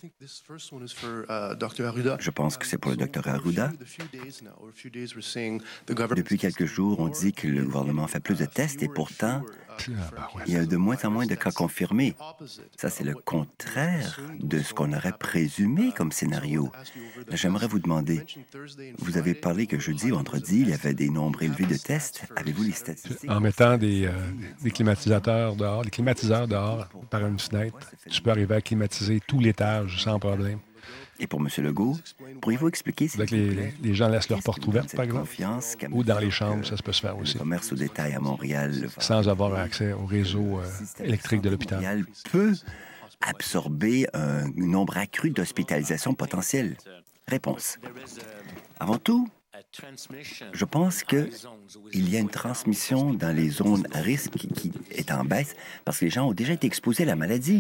Je pense que c'est pour le docteur Arruda. Depuis quelques jours, on dit que le gouvernement fait plus de tests et pourtant, il y a de moins en moins de cas confirmés. Ça, c'est le contraire de ce qu'on aurait présumé comme scénario. J'aimerais vous demander, vous avez parlé que jeudi, vendredi, il y avait des nombres élevés de tests. Avez-vous les statistiques? En mettant des, euh, des climatisateurs dehors, des climatiseurs dehors par une fenêtre, tu peux arriver à climatiser tout l'étage sans problème. Et pour M. Legault, pourriez-vous expliquer si les, les gens laissent leur porte ouverte, par exemple, ou dans les chambres, ça, ça peut se faire aussi. Le commerce au détail à Montréal, sans avoir accès au réseau euh, électrique de l'hôpital. Montréal peut absorber un nombre accru d'hospitalisations potentielles. Réponse. Avant tout, je pense qu'il y a une transmission dans les zones à risque qui, qui est en baisse parce que les gens ont déjà été exposés à la maladie.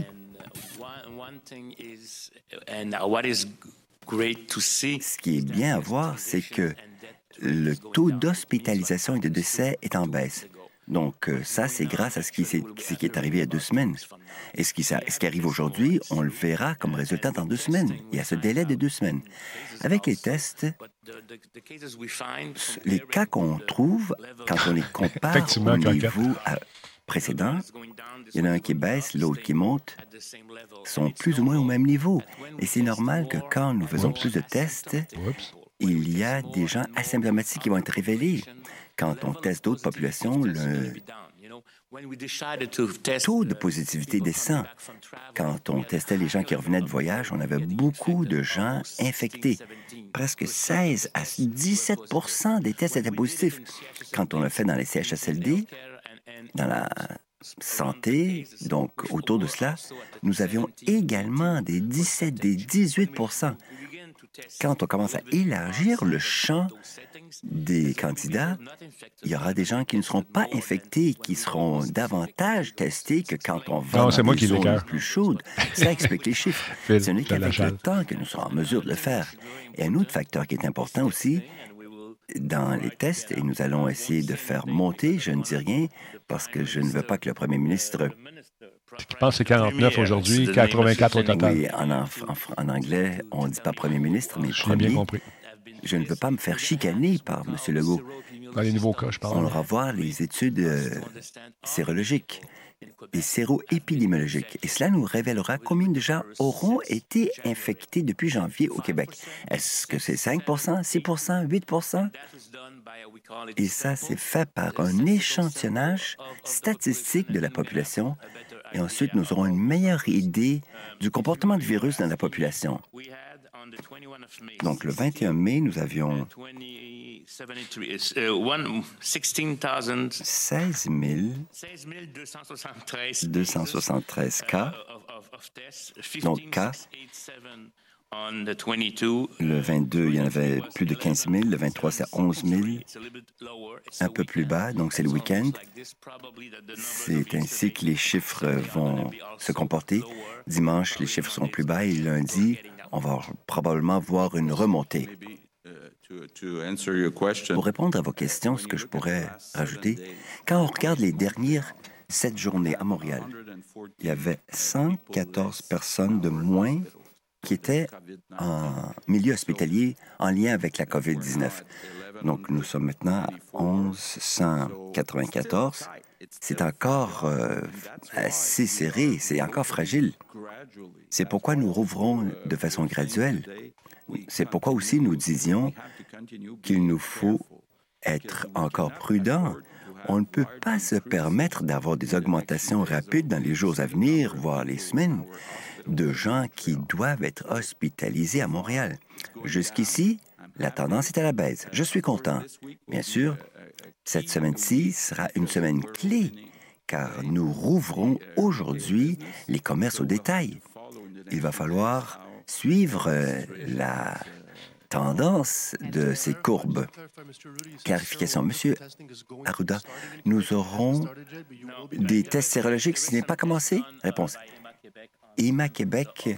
Ce qui est bien à voir, c'est que le taux d'hospitalisation et de décès est en baisse. Donc, ça, c'est grâce à ce qui, est, ce qui est arrivé il y a deux semaines. Et ce qui, ce qui arrive aujourd'hui, on le verra comme résultat dans deux semaines. Il y a ce délai de deux semaines. Avec les tests, les cas qu'on trouve, quand on les compare au niveau à, précédent, il y en a un qui baisse, l'autre qui monte, sont plus ou moins au même niveau. Et c'est normal que quand nous faisons plus de tests, il y a des gens asymptomatiques qui vont être révélés. Quand on teste d'autres populations, le taux de positivité descend. Quand on testait les gens qui revenaient de voyage, on avait beaucoup de gens infectés. Presque seize à dix-sept pour cent des tests étaient positifs. Quand on le fait dans les C H S L D, dans la santé, donc autour de cela, nous avions également des dix-sept, des dix-huit pour cent. quand on commence à élargir le champ des candidats, il y aura des gens qui ne seront pas infectés, qui seront davantage testés que quand on va non, dans c'est moi des qui zones plus chaudes. Ça explique les chiffres. Phil, Ce n'est t'as la qu'avec le chatte. temps que nous serons en mesure de le faire. Et un autre facteur qui est important aussi, dans les tests, et nous allons essayer de faire monter, je ne dis rien, parce que je ne veux pas que le premier ministre... Je pense que c'est quarante-neuf aujourd'hui, quatre-vingt-quatre au total. Oui, en, en, en- en anglais, on ne dit pas premier ministre, mais J'ai premier. bien compris. Je ne veux pas me faire chicaner par M. Legault. Dans les nouveaux cas, je parle. On leur voir les études euh, sérologiques et séroépidémiologiques. Et cela nous révélera combien de gens auront été infectés depuis janvier au Québec. Est-ce que c'est cinq six huit Et ça, c'est fait par un échantillonnage statistique de la population. Et ensuite, nous aurons une meilleure idée du comportement du virus dans la population. Donc, le vingt et un mai, nous avions seize mille deux cent soixante-treize cas, donc cas. Le vingt-deux, il y en avait plus de quinze mille. Le vingt-trois, c'est onze mille. Un peu plus bas, donc c'est le week-end. C'est ainsi que les chiffres vont se comporter. Dimanche, les chiffres seront plus bas et lundi, on va probablement voir une remontée. Pour répondre à vos questions, ce que je pourrais rajouter, quand on regarde les dernières sept journées à Montréal, il y avait cent quatorze personnes de moins qui étaient en milieu hospitalier en lien avec la COVID dix-neuf. Donc, nous sommes maintenant à onze cent quatre-vingt-quatorze. C'est encore euh, assez serré, c'est encore fragile. C'est pourquoi nous rouvrons de façon graduelle. C'est pourquoi aussi nous disions qu'il nous faut être encore prudent. On ne peut pas se permettre d'avoir des augmentations rapides dans les jours à venir, voire les semaines, de gens qui doivent être hospitalisés à Montréal. Jusqu'ici, la tendance est à la baisse. Je suis content. Bien sûr, cette semaine-ci sera une semaine clé, car nous rouvrons aujourd'hui les commerces au détail. Il va falloir suivre euh, la tendance de ces courbes. Clarification. Monsieur Arruda, nous aurons des tests sérologiques. Ce n'est pas commencé? Réponse. I M A Québec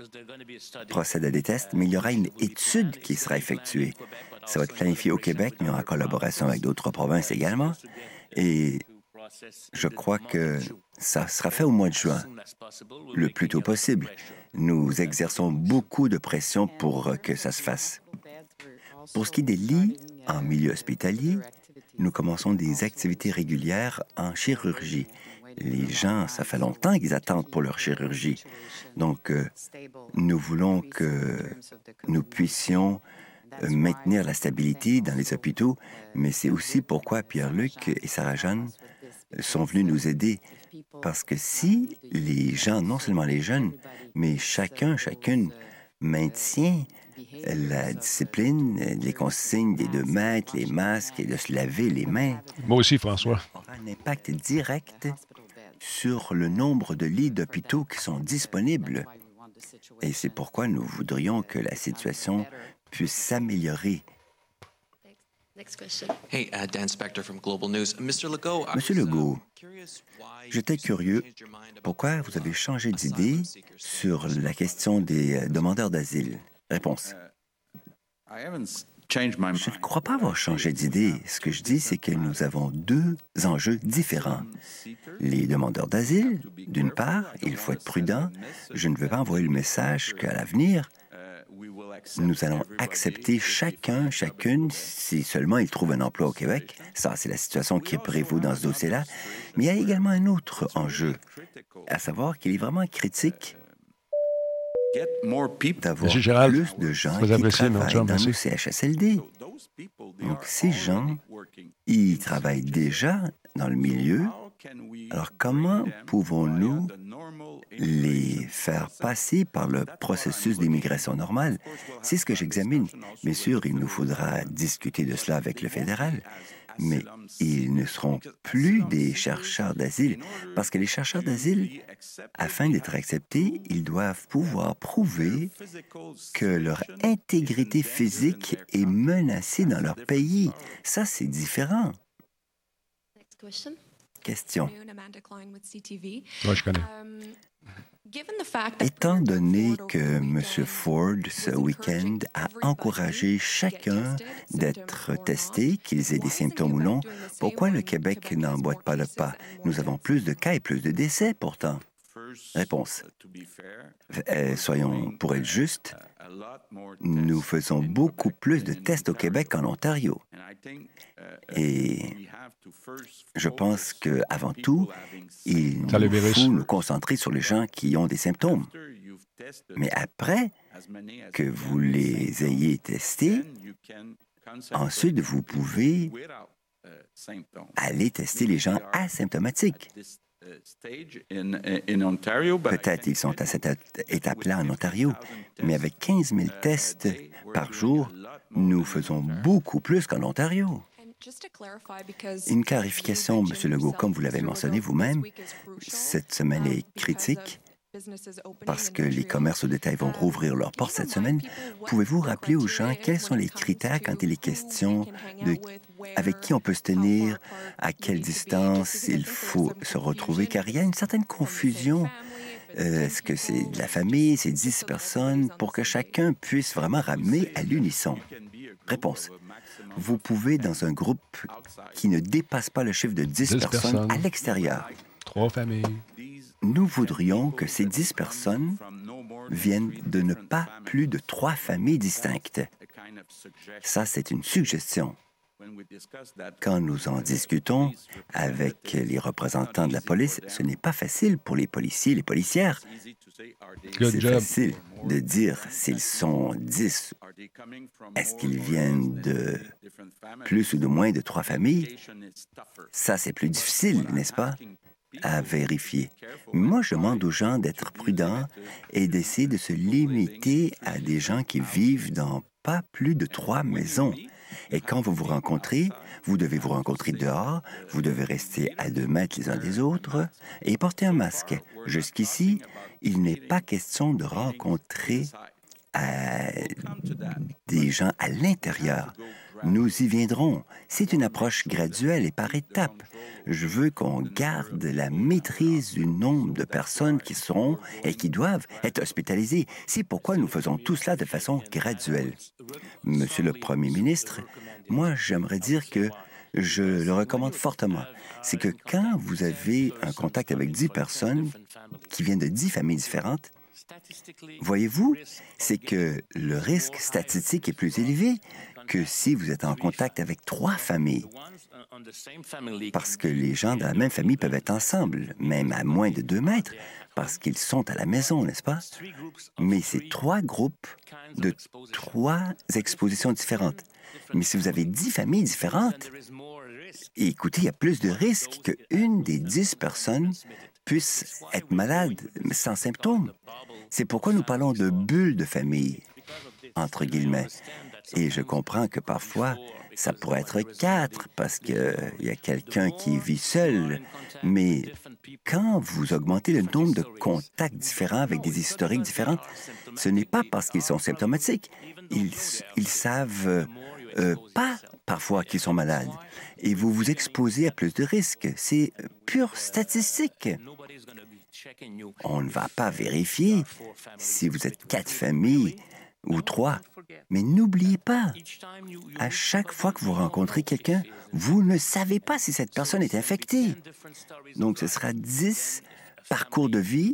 procède à des tests, mais il y aura une étude qui sera effectuée. Ça va être planifié au Québec, mais en collaboration avec d'autres provinces également. Et je crois que ça sera fait au mois de juin, le plus tôt possible. Nous exerçons beaucoup de pression pour que ça se fasse. Pour ce qui est des lits en milieu hospitalier, nous commençons des activités régulières en chirurgie. Les gens, ça fait longtemps qu'ils attendent pour leur chirurgie. Donc, euh, nous voulons que nous puissions euh, maintenir la stabilité dans les hôpitaux, mais c'est aussi pourquoi Pierre-Luc et Sarah-Jeanne sont venus nous aider. Parce que si les gens, non seulement les jeunes, mais chacun, chacune maintient la discipline, les consignes des deux mètres, les masques et de se laver les mains. Moi aussi, François. Aura un impact direct sur le nombre de lits d'hôpitaux qui sont disponibles. Et c'est pourquoi nous voudrions que la situation puisse s'améliorer. Hey, uh, Dan Spector from Global News. Mister Legault, Monsieur Legault, j'étais curieux. Pourquoi vous avez changé d'idée sur la question des demandeurs d'asile? Réponse. Je ne crois pas avoir changé d'idée. Ce que je dis, c'est que nous avons deux enjeux différents. Les demandeurs d'asile, d'une part, il faut être prudent. Je ne veux pas envoyer le message qu'à l'avenir, nous allons accepter chacun, chacune, si seulement ils trouvent un emploi au Québec. Ça, c'est la situation qui prévaut dans ce dossier-là. Mais il y a également un autre enjeu, à savoir qu'il est vraiment critique d'avoir plus de gens qui travaillent dans nos C H S L D. Donc, ces gens, ils travaillent déjà dans le milieu. Alors, comment pouvons-nous les faire passer par le processus d'immigration normale. C'est ce que j'examine. Bien sûr, il nous faudra discuter de cela avec le fédéral, mais ils ne seront plus des chercheurs d'asile, parce que les chercheurs d'asile, afin d'être acceptés, ils doivent pouvoir prouver que leur intégrité physique est menacée dans leur pays. Ça, c'est différent. Next question. Question. Moi, je connais. Étant donné que M. Ford, ce week-end, a encouragé chacun d'être testé, qu'ils aient des symptômes ou non, pourquoi le Québec n'emboîte pas le pas? Nous avons plus de cas et plus de décès, pourtant. Réponse. Euh, soyons, pour être justes, nous faisons beaucoup plus de tests au Québec qu'en Ontario. Et je pense qu'avant tout, il nous faut nous concentrer sur les gens qui ont des symptômes. Mais après que vous les ayez testés, ensuite, vous pouvez aller tester les gens asymptomatiques. Peut-être ils sont à cette étape-là en Ontario, mais avec quinze mille tests par jour, nous faisons beaucoup plus qu'en Ontario. Une clarification, M. Legault, comme vous l'avez mentionné vous-même, cette semaine est critique parce que les commerces au détail vont rouvrir leurs portes cette semaine. Pouvez-vous rappeler aux gens quels sont les critères quand il est question de avec qui on peut se tenir, à quelle distance il faut se retrouver, car il y a une certaine confusion. Euh, est-ce que c'est de la famille, c'est dix personnes, pour que chacun puisse vraiment ramener à l'unisson? Réponse. Vous pouvez, dans un groupe qui ne dépasse pas le chiffre de dix, dix personnes, personnes à l'extérieur. Trois familles. Nous voudrions que ces dix personnes viennent de ne pas plus de trois familles distinctes. Ça, c'est une suggestion. Quand nous en discutons avec les représentants de la police, ce n'est pas facile pour les policiers et les policières. C'est facile de dire s'ils sont dix. Est-ce qu'ils viennent de plus ou de moins de trois familles? Ça, c'est plus difficile, n'est-ce pas, à vérifier. Moi, je demande aux gens d'être prudents et d'essayer de se limiter à des gens qui vivent dans pas plus de trois maisons. Et quand vous vous rencontrez, vous devez vous rencontrer dehors, vous devez rester à deux mètres les uns des autres et porter un masque. Jusqu'ici, il n'est pas question de rencontrer euh, des gens à l'intérieur. Nous y viendrons. C'est une approche graduelle et par étapes. Je veux qu'on garde la maîtrise du nombre de personnes qui seront et qui doivent être hospitalisées. C'est pourquoi nous faisons tout cela de façon graduelle. Monsieur le Premier ministre, moi, j'aimerais dire que je le recommande fortement. C'est que quand vous avez un contact avec dix personnes qui viennent de dix familles différentes, voyez-vous, c'est que le risque statistique est plus élevé que si vous êtes en contact avec trois familles. Parce que les gens de la même famille peuvent être ensemble, même à moins de deux mètres, parce qu'ils sont à la maison, n'est-ce pas? Mais c'est trois groupes de trois expositions différentes. Mais si vous avez dix familles différentes, écoutez, il y a plus de risques qu'une des dix personnes puisse être malade sans symptômes. C'est pourquoi nous parlons de bulles de famille, entre guillemets. Et je comprends que parfois, ça pourrait être quatre parce qu'il y a quelqu'un qui vit seul. Mais quand vous augmentez le nombre de contacts différents avec des historiques différents, ce n'est pas parce qu'ils sont symptomatiques. Ils, ils savent euh, pas parfois qu'ils sont malades. Et vous vous exposez à plus de risques. C'est pure statistique. On ne va pas vérifier si vous êtes quatre familles ou trois. Mais n'oubliez pas, à chaque fois que vous rencontrez quelqu'un, vous ne savez pas si cette personne est infectée. Donc, ce sera dix parcours de vie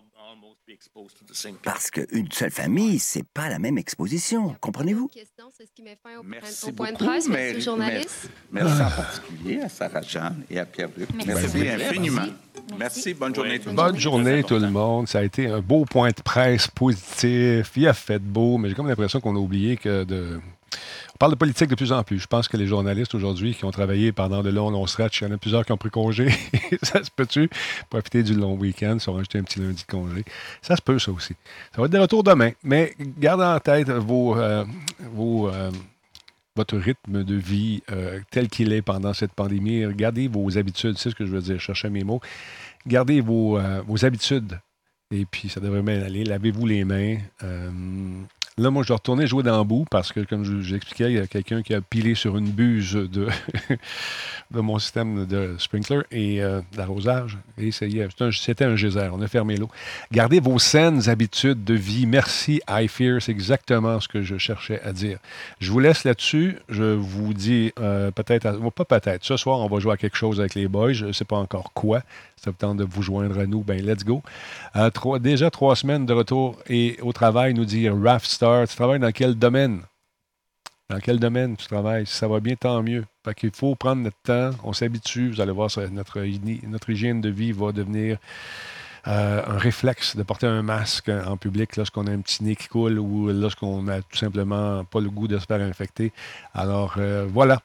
parce qu'une seule famille, c'est pas la même exposition. Comprenez-vous? Merci beaucoup. Merci, merci en particulier à Sarah-Jeanne et à Pierre-Luc. Merci, merci infiniment. Merci. Merci. Bonne journée tout le monde. Bonne journée tout le monde. Ça a été un beau point de presse positif. Il a fait beau, mais j'ai comme l'impression qu'on a oublié que de On parle de politique de plus en plus. Je pense que les journalistes aujourd'hui qui ont travaillé pendant de longs, longs stretch, il y en a plusieurs qui ont pris congé. Ça se peut-tu? Profiter du long week-end, si on rajouter un petit lundi de congé. Ça se peut, ça aussi. Ça va être de retour demain. Mais gardez en tête vos, euh, vos, euh, votre rythme de vie euh, tel qu'il est pendant cette pandémie. Gardez vos habitudes. C'est ce que je veux dire. Je cherchais mes mots. Gardez vos, euh, vos habitudes. Et puis, ça devrait bien aller. Lavez-vous les mains. Euh, Là, moi, je dois retourner jouer dans le bout parce que, comme je vous expliquais, il y a quelqu'un qui a pilé sur une buse de, de mon système de sprinkler et euh, d'arrosage. Et ça y est, c'était un, c'était un geyser. On a fermé l'eau. Gardez vos saines habitudes de vie. Merci, I Fear. C'est exactement ce que je cherchais à dire. Je vous laisse là-dessus. Je vous dis euh, peut-être, à, pas peut-être, ce soir, on va jouer à quelque chose avec les boys. Je ne sais pas encore quoi. Ça vous tente de vous joindre à nous, ben let's go. Euh, trois, déjà trois semaines de retour et au travail, nous dire Raph Star, tu travailles dans quel domaine? Dans quel domaine tu travailles? Si ça va bien, tant mieux. Fait qu'il faut prendre notre temps, on s'habitue, vous allez voir, ça, notre, notre hygiène de vie va devenir euh, un réflexe de porter un masque en public lorsqu'on a un petit nez qui coule ou lorsqu'on n'a tout simplement pas le goût de se faire infecter. Alors, euh, voilà.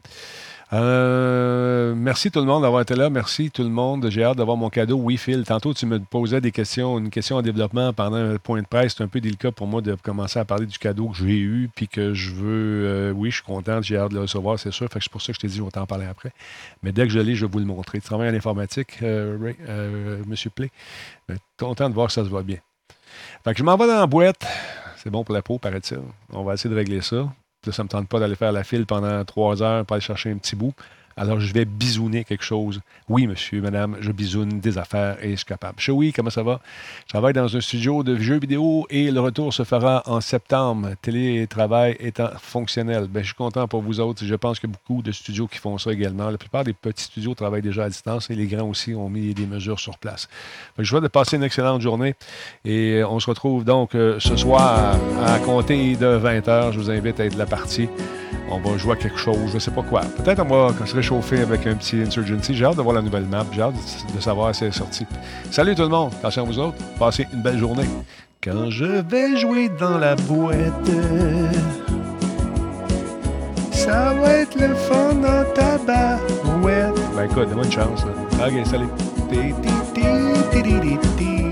Euh, merci tout le monde d'avoir été là. Merci tout le monde. J'ai hâte d'avoir mon cadeau. Oui, Phil, tantôt tu me posais des questions, une question en développement pendant un point de presse. C'est un peu délicat pour moi de commencer à parler du cadeau que j'ai eu puis que je veux... Euh, oui, je suis content, j'ai hâte de le recevoir, c'est sûr. Fait que c'est pour ça que je t'ai dit, on va t'en parler après. Mais dès que je l'ai, je vais vous le montrer. Tu travailles en informatique, euh, Ray, euh, M. Play. Mais content de voir que ça se va bien. Fait que je m'en vais dans la boîte. C'est bon pour la peau, paraît-il. On va essayer de régler ça. Là, ça ne me tente pas d'aller faire la file pendant trois heures pour aller chercher un petit bout. Alors, je vais bisouner quelque chose. Oui, monsieur, madame, je bisoune des affaires et je suis capable. Chez oui, comment ça va? Je travaille dans un studio de jeux vidéo et le retour se fera en septembre. Télétravail étant fonctionnel. Bien, je suis content pour vous autres. Je pense qu'il y a beaucoup de studios qui font ça également. La plupart des petits studios travaillent déjà à distance et les grands aussi ont mis des mesures sur place. Je vous souhaite de passer une excellente journée et on se retrouve donc euh, ce soir à compter de vingt heures. Je vous invite à être de la partie. On va jouer à quelque chose, je ne sais pas quoi. Peut-être on va se réchauffer avec un petit Insurgency. J'ai hâte de voir la nouvelle map. J'ai hâte de savoir si elle est sortie. Salut tout le monde. Attention à vous autres. Passez une belle journée. Quand je vais jouer dans la boîte, ça va être le fun dans ta barouette. Ben écoute, donne-moi une chance. Là. OK, salut.